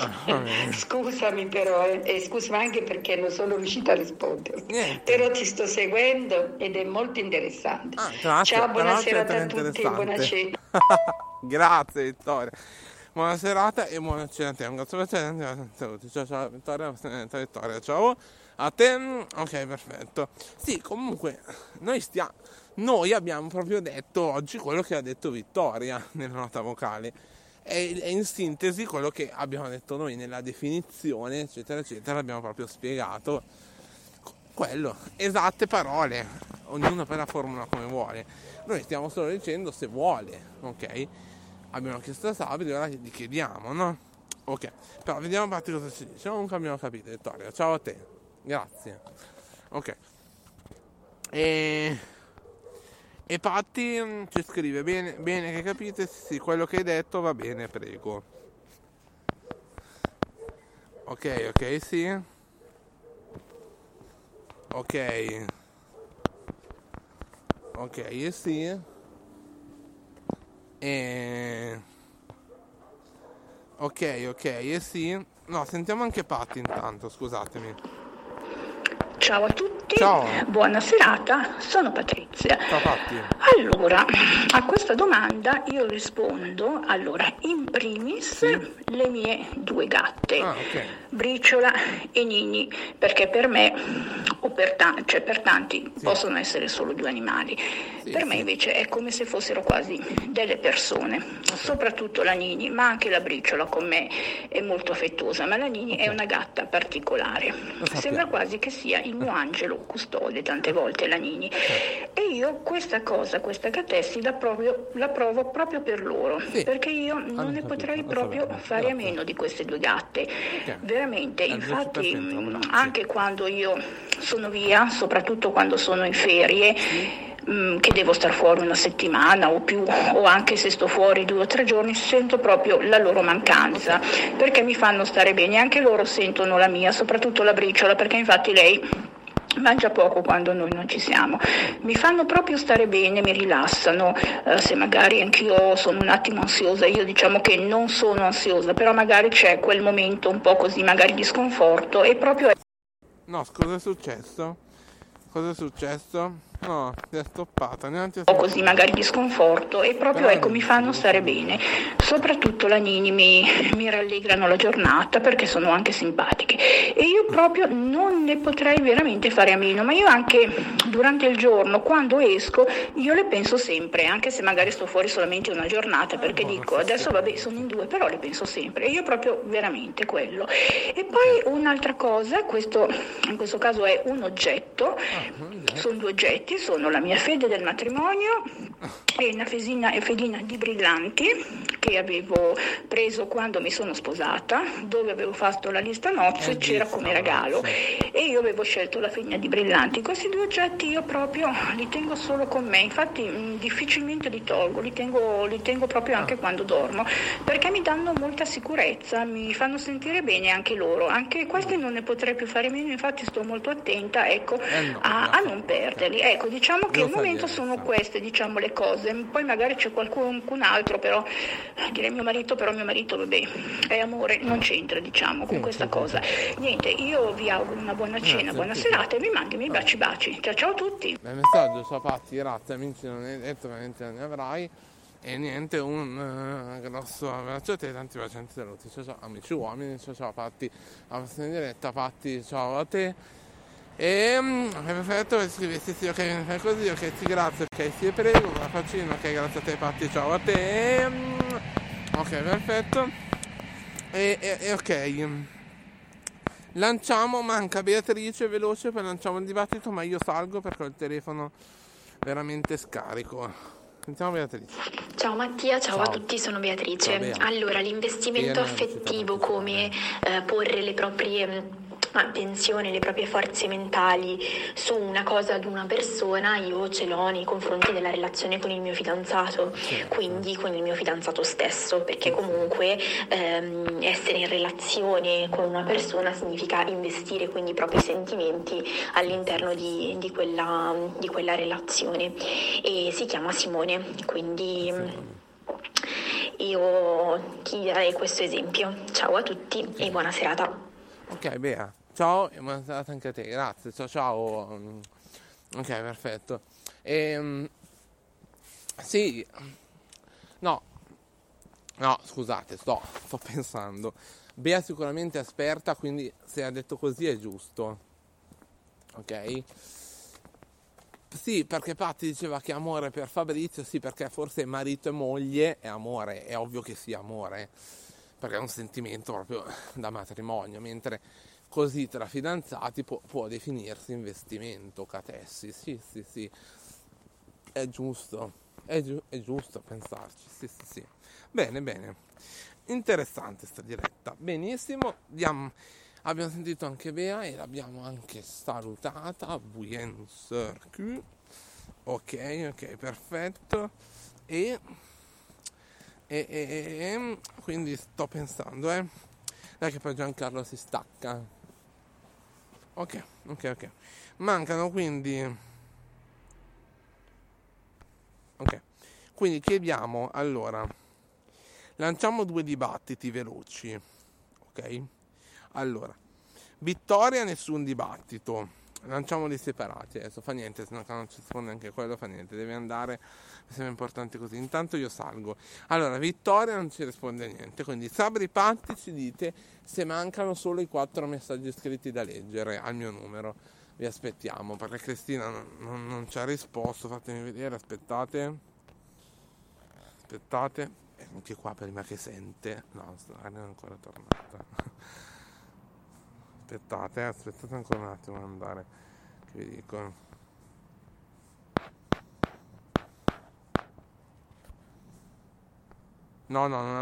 Scusami però, scusami anche perché non sono riuscita a rispondere, però ti sto seguendo ed è molto interessante. Ciao, buona serata a tutti, buona cena. Grazie Vittoria. Buona serata e buona cena a te. Un grazie per te. Saluti. Ciao Vittoria. Ciao a te. Ok, perfetto. Sì, comunque noi abbiamo proprio detto oggi quello che ha detto Vittoria nella nota vocale. È in sintesi quello che abbiamo detto noi nella definizione, eccetera, eccetera. Abbiamo proprio spiegato quello. Esatte parole. Ognuno poi la formula come vuole. Noi stiamo solo dicendo se vuole, ok? Abbiamo chiesto a Sabri, ora gli chiediamo, no? Ok, però vediamo a parte cosa ci dice. Comunque abbiamo capito, Vittoria. Ciao a te, grazie. Ok. E Patti ci scrive: bene che capite, sì, quello che hai detto va bene, prego. Ok, sì. Ok, sì. Ok, sì. No, sentiamo anche Patti intanto, scusatemi. Ciao a tutti, Ciao. Buona serata, sono Patrizia. Ciao Patti. Allora, a questa domanda io rispondo, in primis le mie 2 gatte, Briciola e Nini, perché per me, o per tanti, possono essere solo 2 animali. Per me invece è come se fossero quasi delle persone, soprattutto la Nini, ma anche la Briciola con me è molto affettuosa, ma la Nini è una gatta particolare, sembra quasi che sia il mio angelo custode tante volte, la Nini, e io questa gattessi la provo proprio per loro, perché io non ne potrei proprio fare a meno di queste 2 gatte, veramente. Infatti anche quando io sono via, soprattutto quando sono in ferie, che devo star fuori una settimana o più, o anche se sto fuori 2 o 3 giorni, sento proprio la loro mancanza, perché mi fanno stare bene, anche loro sentono la mia, soprattutto la Briciola, perché infatti lei mangia poco quando noi non ci siamo, mi fanno proprio stare bene, mi rilassano, se magari anch'io sono un attimo ansiosa, io diciamo che non sono ansiosa, però magari c'è quel momento un po' così magari di sconforto e proprio... No, cosa è successo? No, si è stoppata. Così magari di sconforto e proprio mi fanno stare bene. Soprattutto la Nini mi rallegrano la giornata perché sono anche simpatiche e io proprio non ne potrei veramente fare a meno, ma io anche durante il giorno quando esco io le penso sempre, anche se magari sto fuori solamente una giornata, perché dico adesso vabbè sono in 2, però le penso sempre e io proprio veramente quello. E poi un'altra cosa, in questo caso è un oggetto, sono 2 oggetti, sono la mia fede del matrimonio e una fedina di brillanti che avevo preso quando mi sono sposata, dove avevo fatto la lista nozze, c'era come regalo e io avevo scelto la fedina di brillanti. Questi 2 oggetti io proprio li tengo solo con me, infatti difficilmente li tolgo, li tengo proprio anche quando dormo, perché mi danno molta sicurezza, mi fanno sentire bene anche loro, anche questi non ne potrei più fare meno, infatti sto molto attenta a non perderli. Ecco, diciamo che al momento sono queste, diciamo, le cose, poi magari c'è qualcun altro, però direi mio marito vabbè, è amore, non c'entra, diciamo, con questa cosa. Niente, io vi auguro una buona cena, buona serata e vi mando i miei baci. Ciao a tutti. Bel messaggio, ciao Patti, grazie, amici, non hai detto, veramente ne avrai. E niente, un grosso abbraccio a te, tanti bacianti saluti. Ciao amici uomini, ciao Patti, alla prossima diretta, Patti, ciao a te. E perfetto, scrivete sì, ok, fai così, ok, sì, grazie, ok, sì, prego, la faccina, ok, grazie a te Patti, ciao a te. Ok, perfetto. E ok. Lanciamo, manca Beatrice, veloce, poi lanciamo il dibattito, ma io salgo perché ho il telefono veramente scarico. Sentiamo Beatrice. Ciao Mattia, ciao a tutti, sono Beatrice. Allora, l'investimento affettivo, come porre le proprie attenzione, le proprie forze mentali su una cosa ad una persona, io ce l'ho nei confronti della relazione con il mio fidanzato, quindi con il mio fidanzato stesso, perché comunque essere in relazione con una persona significa investire quindi i propri sentimenti all'interno di quella relazione, e si chiama Simone, quindi io ti darei questo esempio. Ciao a tutti e buona serata. Ok, Bea, ciao e buona serata anche a te, grazie, ciao. Ok, perfetto. Sì, no, scusate, sto pensando. Bea sicuramente è esperta, quindi se ha detto così è giusto, ok? Sì, perché Patti diceva che amore per Fabrizio, sì, perché forse marito e moglie è amore, è ovvio che sia amore, perché è un sentimento proprio da matrimonio, mentre così tra fidanzati può definirsi investimento, catessi, sì, è giusto pensarci, sì. Bene, interessante sta diretta, benissimo, abbiamo sentito anche Bea e l'abbiamo anche salutata, bien sûr, ok, perfetto, e quindi sto pensando, dai che poi Giancarlo si stacca, ok, mancano quindi, ok, quindi chiediamo allora lanciamo 2 dibattiti veloci, ok? Allora, vittoria, nessun dibattito. Lanciamoli separati, adesso fa niente, se no non ci risponde anche quello, fa niente, deve andare, mi sembra importante così. Intanto io salgo. Allora, vittoria, non ci risponde niente, quindi Sabri Patti, ci dite se mancano solo i 4 messaggi scritti da leggere al mio numero. Vi aspettiamo, perché Cristina non ci ha risposto. Fatemi vedere, aspettate, anche qua prima che sente, no, non è ancora tornata. Aspettate ancora un attimo ad andare, che vi dico. No, non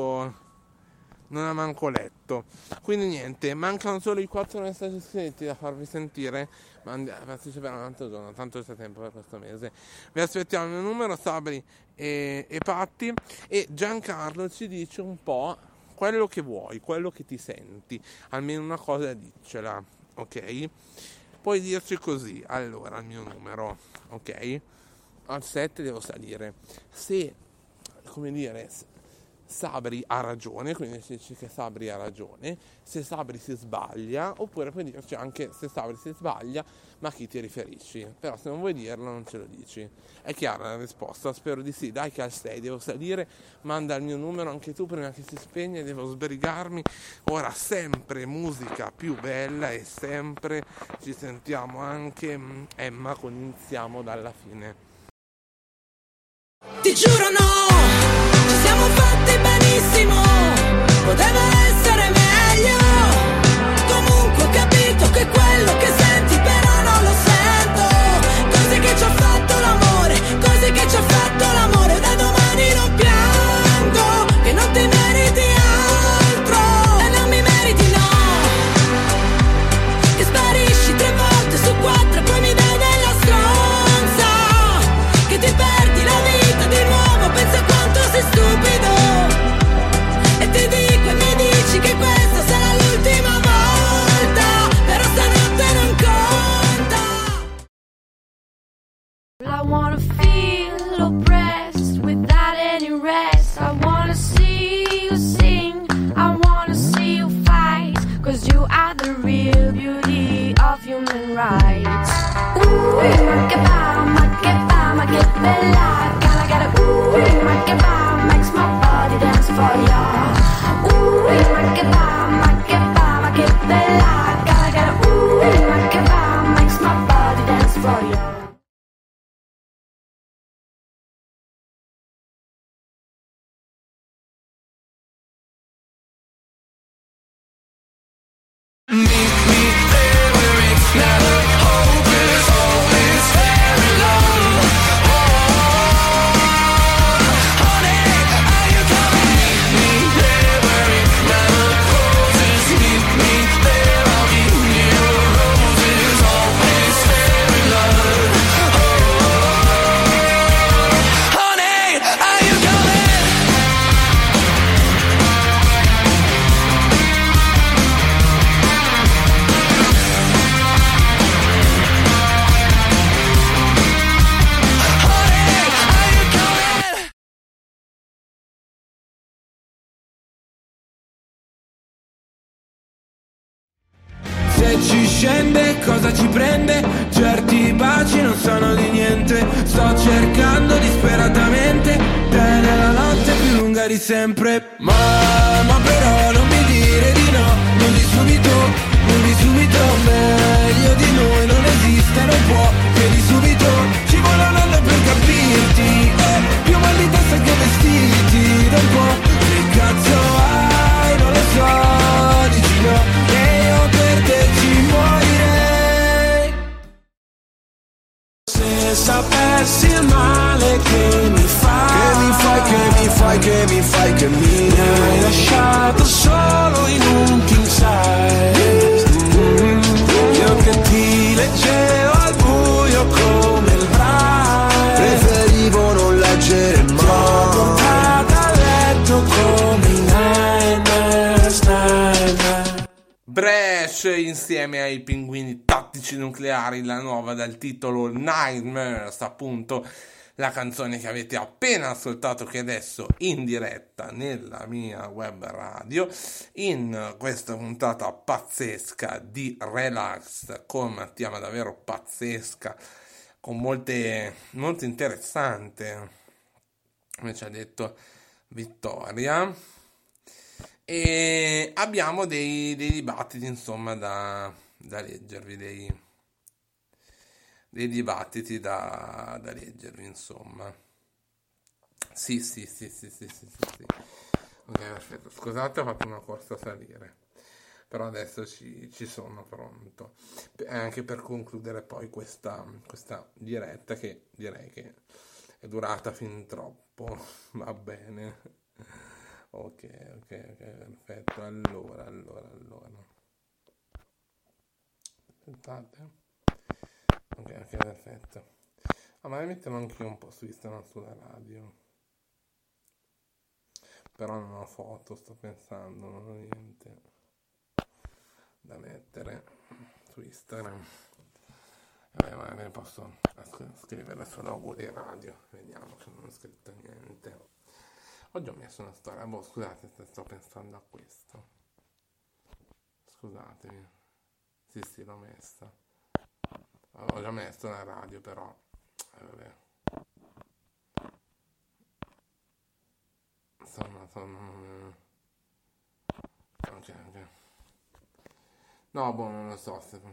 ha manco letto. Quindi niente, mancano solo i 4 messaggi scritti da farvi sentire. Ma parteciperà un altro giorno, tanto c'è tempo per questo mese. Vi aspettiamo il mio numero, Sabri e Patti. E Giancarlo ci dice un po' quello che vuoi, quello che ti senti, almeno una cosa diccela, ok? Puoi dirci così, allora, il mio numero, ok? Al 7 devo salire. Se, come dire, Sabri ha ragione, quindi si dice che Sabri ha ragione, se Sabri si sbaglia, oppure puoi dirci anche se Sabri si sbaglia, ma a chi ti riferisci? Però se non vuoi dirlo non ce lo dici. È chiara la risposta? Spero di sì. Dai che al 6 devo salire, manda il mio numero anche tu prima che si spegne, devo sbrigarmi. Ora sempre musica più bella e sempre ci sentiamo anche Emma con Iniziamo dalla fine. Ti giuro no, ci siamo fatti benissimo, poteva essere meglio. Comunque ho capito che quello che senti però non lo sento. Cose che ci ha fatto l'amore, cose che ci ha fatto l'amore. Da domani non piango, che non ti meriti altro. E non mi meriti no, che sparisci 3 volte su 4 e poi mi dai della stronza. Che ti perdi la vita di nuovo, pensa quanto sei stupido. E ti dico e mi dici che questa sarà l'ultima volta, però stanotte non conta. I wanna feel oppressed without any rest. I wanna see you sing, I wanna see you fight, 'cause you are the real beauty of human rights. Ma che bella, gotta get a ma che va, makes my body dance for ya. Ma che bella, gotta get a ma che va, makes my body dance for ya. Se ci scende cosa ci prende? Certi baci non sono di niente. Sto cercando disperatamente te nella notte più lunga di sempre. Ma però non mi dire di no, non di subito, meglio di noi non esiste, non può, chiedi subito, ci vuole un anno per capirti, più mal di testa che vestiti, da un po', che cazzo hai, non lo so, dici no, e io per te ci morirei. Se sapessi il male che mi fai, che mi hai lasciato solo in un king size. Io che ti leggevo al buio come il braille, preferivo non leggere mai. Ti ho portato a letto come i Nightmares. Bresh insieme ai Pinguini Tattici Nucleari, la nuova dal titolo Nightmares, appunto la canzone che avete appena ascoltato, che adesso in diretta nella mia web radio, in questa puntata pazzesca di Relax con Mattia, ma davvero pazzesca, con molto interessante, come ci ha detto Vittoria, e abbiamo dei dibattiti, insomma, da leggervi, dei dibattiti da leggervi, insomma. Sì. Ok, perfetto. Scusate, ho fatto una corsa a salire, però adesso ci sono pronto, anche per concludere poi questa diretta, che direi che è durata fin troppo. Va bene. Ok, perfetto. Allora. Aspettate. Ok, perfetto. Ma ne metterò anche un po' su Instagram, sulla radio. Però non ho foto, sto pensando, non ho niente da mettere su Instagram. Magari posso scrivere solo auguri radio. Vediamo che non ho scritto niente. Oggi ho messo una storia. Scusate se sto pensando a questo. Scusatemi. Sì, l'ho messa. Ho già messo la radio, però vabbè. Ok. No, non lo so se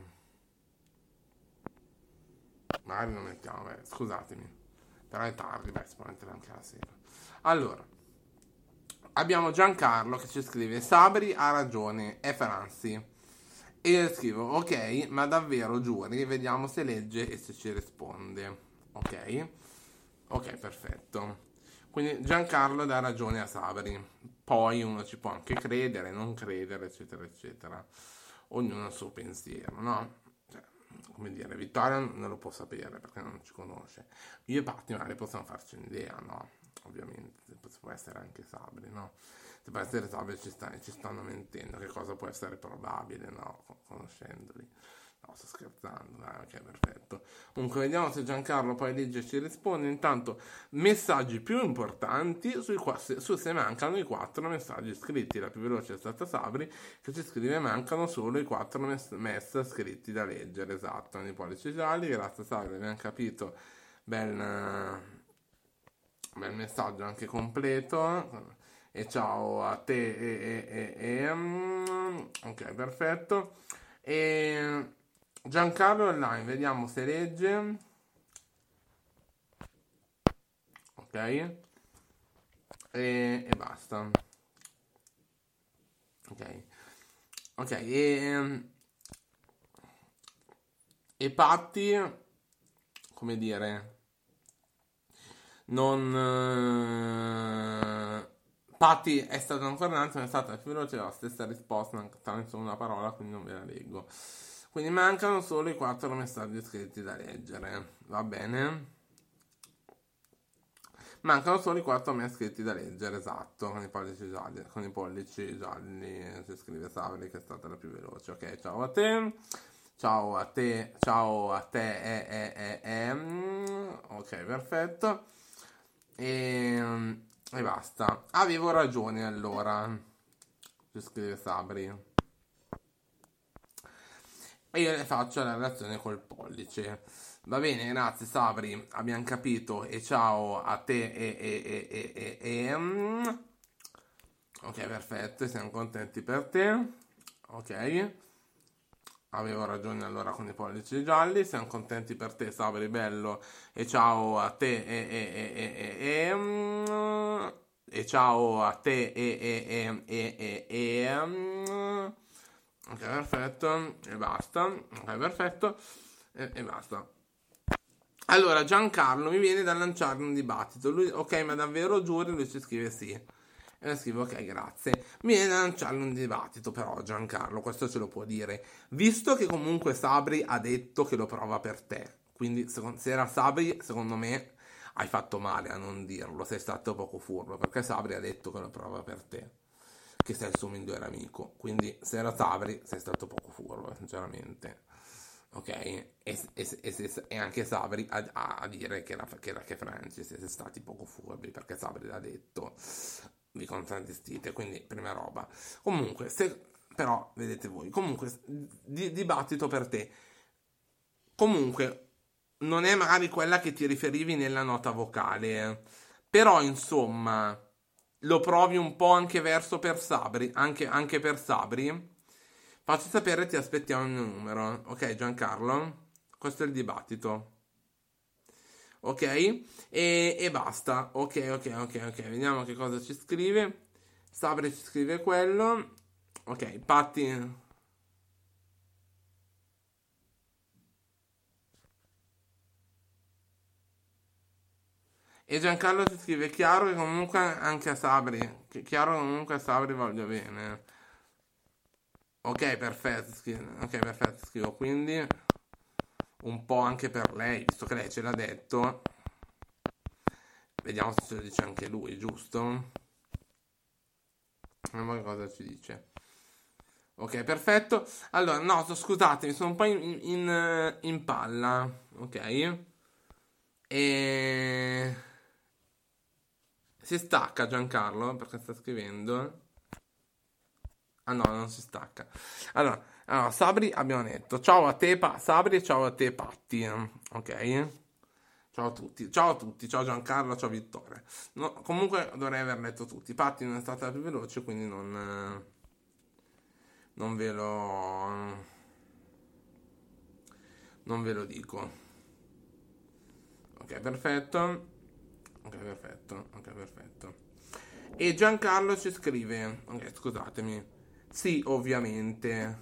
magari lo mettiamo, scusatemi, però è tardi, si può mettere anche la sera. Allora, abbiamo Giancarlo che ci scrive: Sabri ha ragione, è Franzi. E io scrivo: ok, ma davvero giuri? Vediamo se legge e se ci risponde. Ok, perfetto. Quindi Giancarlo dà ragione a Sabri. Poi uno ci può anche credere, non credere, eccetera eccetera. Ognuno ha il suo pensiero, no? Cioè, come dire, Vittoria non lo può sapere perché non ci conosce. Io e Patti magari possiamo farci un'idea, no? Ovviamente può essere anche Sabri, no? Se può essere Sabri ci stanno mentendo. Che cosa può essere probabile, no? Conoscendoli. No, sto scherzando, dai, ok, perfetto. Comunque vediamo se Giancarlo poi legge e ci risponde. Intanto, messaggi più importanti su se mancano i 4 messaggi scritti. La più veloce è stata Sabri, che ci scrive: mancano solo i 4 messaggi scritti da leggere. Esatto, nei pollici gialli. Grazie Sabri, abbiamo capito. Bel messaggio anche completo. E ciao a te ok, perfetto. E Giancarlo online, vediamo se legge. Ok, e basta. Ok, e Patti, come dire, Patti è stata ancora innanzi, ma è stata più veloce la stessa risposta, attraverso una parola, quindi non ve la leggo. Quindi mancano solo i 4 messaggi scritti da leggere, va bene? Mancano solo i 4 messaggi scritti da leggere, esatto, con i pollici gialli, si scrive Sabri che è stata la più veloce. Ok, ciao a te, ok, perfetto. E basta. Avevo ragione allora, ci scrive Sabri. E io le faccio la relazione col pollice. Va bene, grazie Sabri, abbiamo capito. E ciao a te ok, perfetto, siamo contenti per te. Ok, avevo ragione allora con i pollici gialli. Siamo contenti per te Sabri, bello. E ciao a te e ciao a te ok, perfetto, e basta. Ok, perfetto, e basta. Allora, Giancarlo mi viene da lanciare un dibattito. Lui, ok, ma davvero giuri? Lui ci scrive sì. E io scrivo, ok, grazie. Mi viene da lanciarlo un dibattito, però, Giancarlo, questo ce lo può dire. Visto che comunque Sabri ha detto che lo prova per te, quindi se era Sabri, secondo me, hai fatto male a non dirlo. Sei stato poco furbo, perché Sabri ha detto che lo prova per te, che sei il suo migliore amico. Quindi se era Sabri sei stato poco furbo, sinceramente. ok? E anche Sabri a dire che Franci siete stati poco furbi, perché Sabri l'ha detto, vi contraddistite, quindi prima roba. Comunque, però vedete voi, comunque dibattito per te. Comunque non è magari quella che ti riferivi nella nota vocale, però insomma lo provi un po' anche verso per Sabri, anche per Sabri. Facci sapere, ti aspettiamo il mio numero, ok Giancarlo? Questo è il dibattito, ok? E basta, ok, vediamo che cosa ci scrive. Sabri ci scrive quello, ok, Patti. E Giancarlo ci scrive: chiaro che comunque anche a Sabri, voglio bene. Ok, perfetto, scrivo quindi un po' anche per lei, visto che lei ce l'ha detto. Vediamo se ce lo dice anche lui, giusto? Vediamo che cosa ci dice. Ok, perfetto. Allora, no, scusatemi, sono un po' in palla, ok? E si stacca Giancarlo perché sta scrivendo. Ah no, non si stacca. Allora Sabri abbiamo detto ciao a te Sabri e ciao a te Patti, ok? Ciao a tutti, ciao Giancarlo, ciao Vittoria. No, comunque dovrei aver letto tutti. Patti non è stata la più veloce, quindi non ve lo dico. Ok, perfetto. E Giancarlo ci scrive, ok, scusatemi. Sì, ovviamente.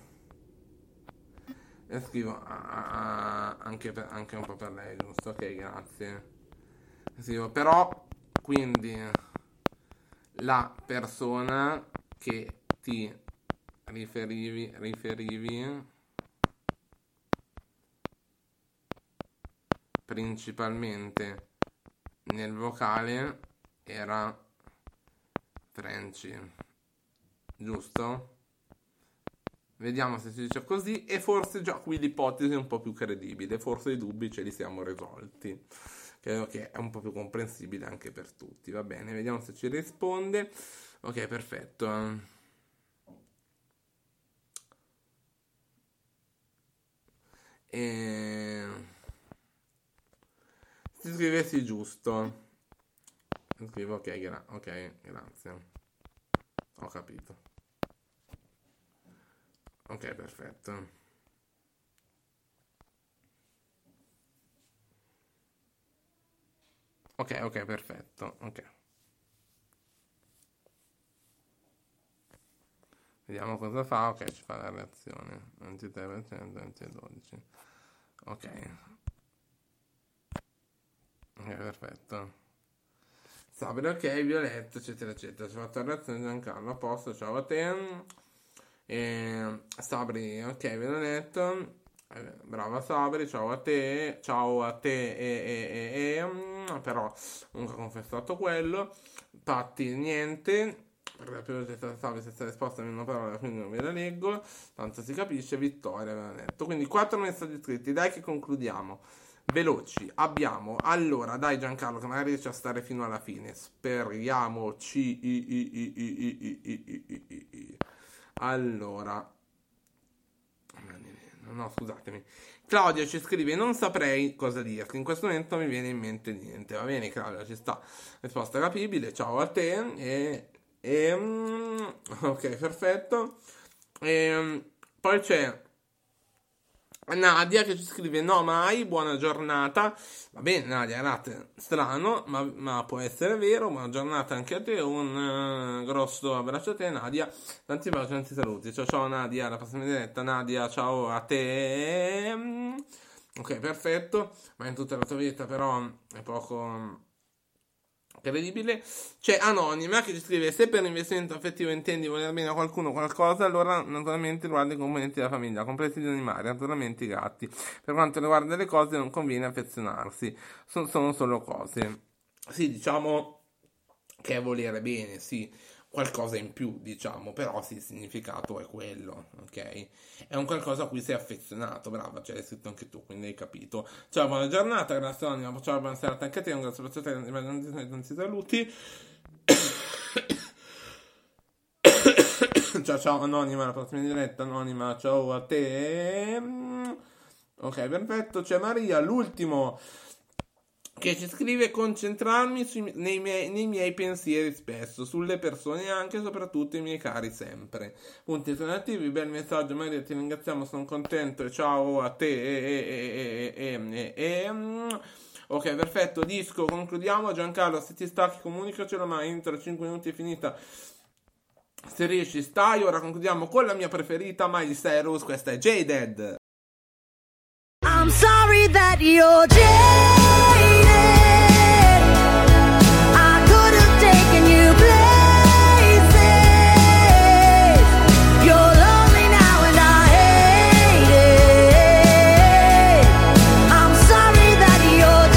E scrivo anche un po' per lei, giusto? Ok, grazie. Scrivo, però, quindi la persona che ti riferivi principalmente nel vocale era Franci, giusto? Vediamo se si dice così, e forse già qui l'ipotesi è un po' più credibile, forse i dubbi ce li siamo risolti, credo che è un po' più comprensibile anche per tutti. Va bene, vediamo se ci risponde. Ok, perfetto. Si scrive sì, giusto. Scrivo ok, grazie. Ho capito. Ok, perfetto. Ok, perfetto. Ok. Vediamo cosa fa. Ok, ci fa la reazione. 23%, 12. Ok. Ok, perfetto. Sabri, ok, Violetto, eccetera, eccetera. Ci ha fatto la reazione Giancarlo, a posto, ciao a te. Sabri, ok, ve l'ho detto. Brava Sabri, ciao a te. Però comunque ho confessato quello. Patti, niente. Per la prima volta Sabri si è risposta in una parola, quindi non ve la leggo. Tanto si capisce. Vittoria, ve l'ho detto. Quindi 4 messaggi scritti. Dai che concludiamo. Veloci. Abbiamo, allora, dai Giancarlo, che magari riesce a stare fino alla fine. Speriamoci. Allora, no, scusatemi. Claudia ci scrive: non saprei cosa dirti, in questo momento non mi viene in mente niente. Va bene Claudia, ci sta, risposta capibile, ciao a te. Ok, perfetto. Poi c'è Nadia che ci scrive: no mai, buona giornata. Va bene Nadia, grazie, strano, ma può essere vero. Buona giornata anche a te, un grosso abbraccio a te Nadia, tanti baci, tanti saluti. Ciao Nadia, alla prossima diretta Nadia, ciao a te. Ok, perfetto, ma in tutta la tua vita però è poco credibile. C'è Anonima che ci scrive: se per investimento affettivo intendi voler bene a qualcuno o qualcosa, allora naturalmente riguarda i componenti della famiglia, compresi gli animali, naturalmente i gatti. Per quanto riguarda le cose non conviene affezionarsi, sono solo cose. Sì, diciamo che è volere bene, sì. qualcosa in più, diciamo, però sì, il significato è quello, ok? È un qualcosa a cui sei affezionato, brava, ce l'hai scritto anche tu, quindi hai capito. Ciao, buona giornata, grazie Anonima, ciao, buona serata anche a te, un grazie per te, tanti saluti. Ciao Anonima, la prossima diretta, Anonima, ciao a te. Ok, perfetto, c'è Maria, l'ultimo che ci scrive: concentrarmi nei miei pensieri spesso, sulle persone e anche e soprattutto i miei cari sempre. Punti alternativi, bel messaggio Maria, ti ringraziamo, sono contento e ciao a te. Ok, perfetto, disco, concludiamo. Giancarlo, se ti stacchi comunicacelo, ma entro 5 minuti è finita. Se riesci stai, ora concludiamo con la mia preferita, Miley Cyrus, questa è Jaded. I'm sorry that you're jaded. I could have taken you places. You're lonely now and I hate it. I'm sorry that you're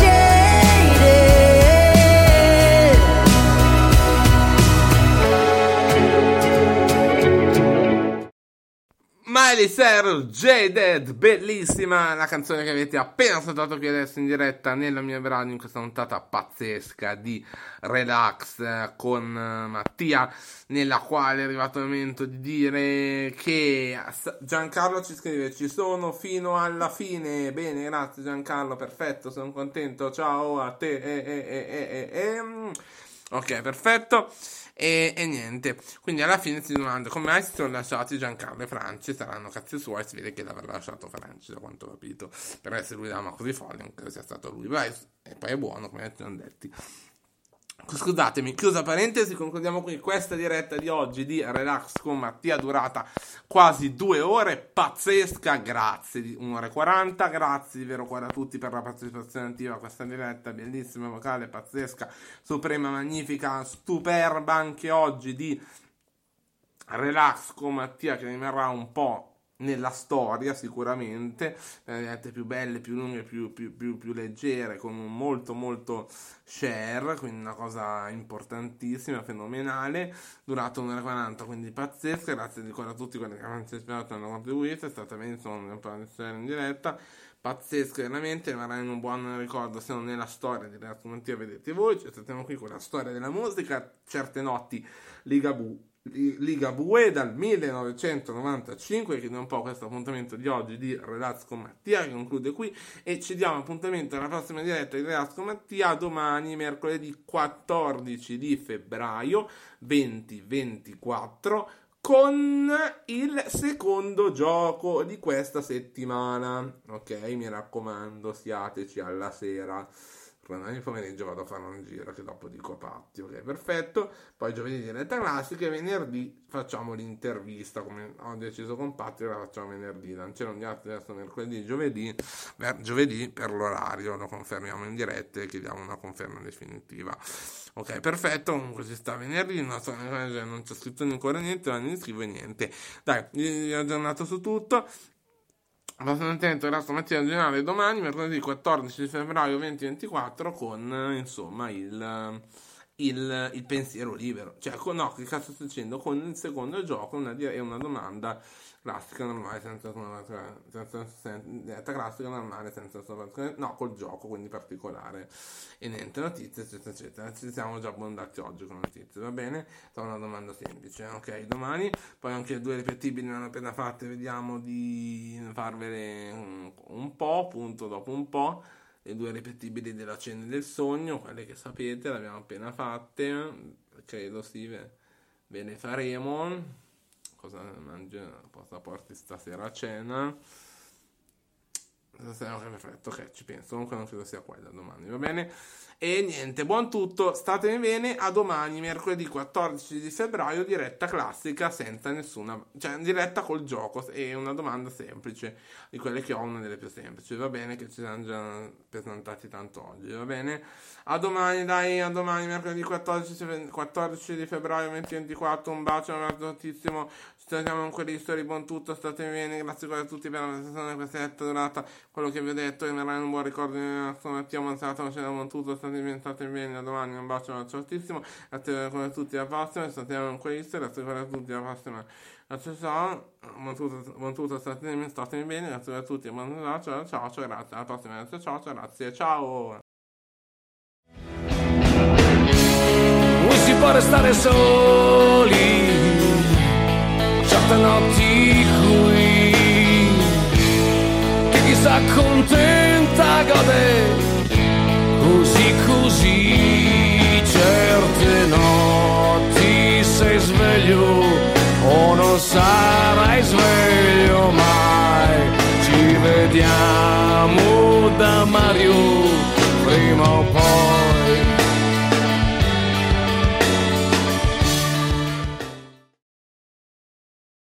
jaded. Miley Cyrus, Jaded, bellissima la canzone che avete appena ascoltato qui adesso in diretta nella mia radio in questa puntata pazzesca di Relax con Mattia, nella quale è arrivato il momento di dire che Giancarlo ci scrive: ci sono fino alla fine. Bene, grazie Giancarlo, perfetto, sono contento, ciao a te. Ok, perfetto. E niente, quindi alla fine si domanda come mai si sono lasciati Giancarlo e Franci. Saranno cazzi suoi, si vede che l'avrà lasciato Franci, da quanto ho capito, per essere lui l'ama così folle, non credo sia stato lui. Vai, e poi è buono, come ci hanno detti. Scusatemi, chiusa parentesi, concludiamo qui questa diretta di oggi di Relax con Mattia, durata quasi 2 ore, pazzesca, grazie di 1 ora e 40, grazie di vero cuore a tutti per la partecipazione attiva a questa diretta, bellissima, vocale, pazzesca, suprema, magnifica, superba anche oggi di Relax con Mattia, che rimarrà un po' nella storia sicuramente, dirette più belle, più lunghe, più leggere, con un molto share, quindi una cosa importantissima, fenomenale, durata 1 ora e 40, quindi pazzesca. Grazie di cuore a tutti quelli che hanno partecipato e hanno contribuito, è stata benissimo in diretta, pazzesca veramente, rimarrà in un buon ricordo se non nella storia di Relax con Mattia, vedete voi. Ci aspettiamo qui con la storia della musica, certe notti Ligabue dal 1995, chiude un po' questo appuntamento di oggi di Relax con Mattia, che conclude qui, e ci diamo appuntamento alla prossima diretta di Relax con Mattia domani, mercoledì 14 di febbraio 2024, con il secondo gioco di questa settimana. Ok, mi raccomando, siateci alla sera. Nel pomeriggio vado a fare un giro che dopo dico a patti. Ok, perfetto. Poi giovedì diretta classica e venerdì facciamo l'intervista, come ho deciso con Patti, la facciamo venerdì, lancerò gli altri adesso mercoledì, giovedì per l'orario lo confermiamo in diretta e chiediamo una conferma definitiva. Ok, perfetto, comunque si sta venerdì, non c'è scritto ancora niente, non mi scrivo niente. Dai, vi ho aggiornato su tutto. Appuntamento Relax con Mattia generale domani, mercoledì 14 febbraio 2024, con insomma il pensiero libero. Cioè, no, che cazzo sto dicendo? Con il secondo gioco e una domanda classica normale senza classica normale senza no, col gioco, quindi particolare. E niente, notizie eccetera. Ci siamo già abbondati oggi con notizie, va bene? È una domanda semplice, ok? Domani poi anche le 2 ripetibili ne hanno appena fatte, vediamo di farvele un po', punto dopo un po'. Le 2 ripetibili della cena del sogno, quelle che sapete, le abbiamo appena fatte, credo sì, ve ne faremo. Cosa porti stasera a cena? Perfetto, ok, ci penso, comunque non credo sia quella domani, va bene? E niente, buon tutto, statemi bene, a domani, mercoledì 14 di febbraio, diretta classica, senza nessuna, cioè diretta col gioco, e una domanda semplice, di quelle che ho, una delle più semplici, va bene? Che ci siamo già presentati tanto oggi, va bene? A domani, dai, a domani, mercoledì 14 di febbraio 2024, un bacio, un abbraccio tantissimo, sentiamo in quell'istoria, buon tutto, state bene, grazie a tutti per la presentazione, questa è durata quello che vi ho detto, e mi avrai un buon ricordo di Mattia Manzato, non c'è buon tutto, state bene, a domani, un bacio altissimo, grazie a tutti, alla prossima, sentiamo in quell'istoria, grazie a tutti, alla prossima. Grazie, ciao, buon tutto, state bene, grazie a tutti, buon ciao, grazie, alla prossima, ciao, grazie, ciao. Si può restare soli certe notti qui, che chi sta contenta gode così certe notti sei sveglio o non sarai sveglio mai. Ci vediamo da Mario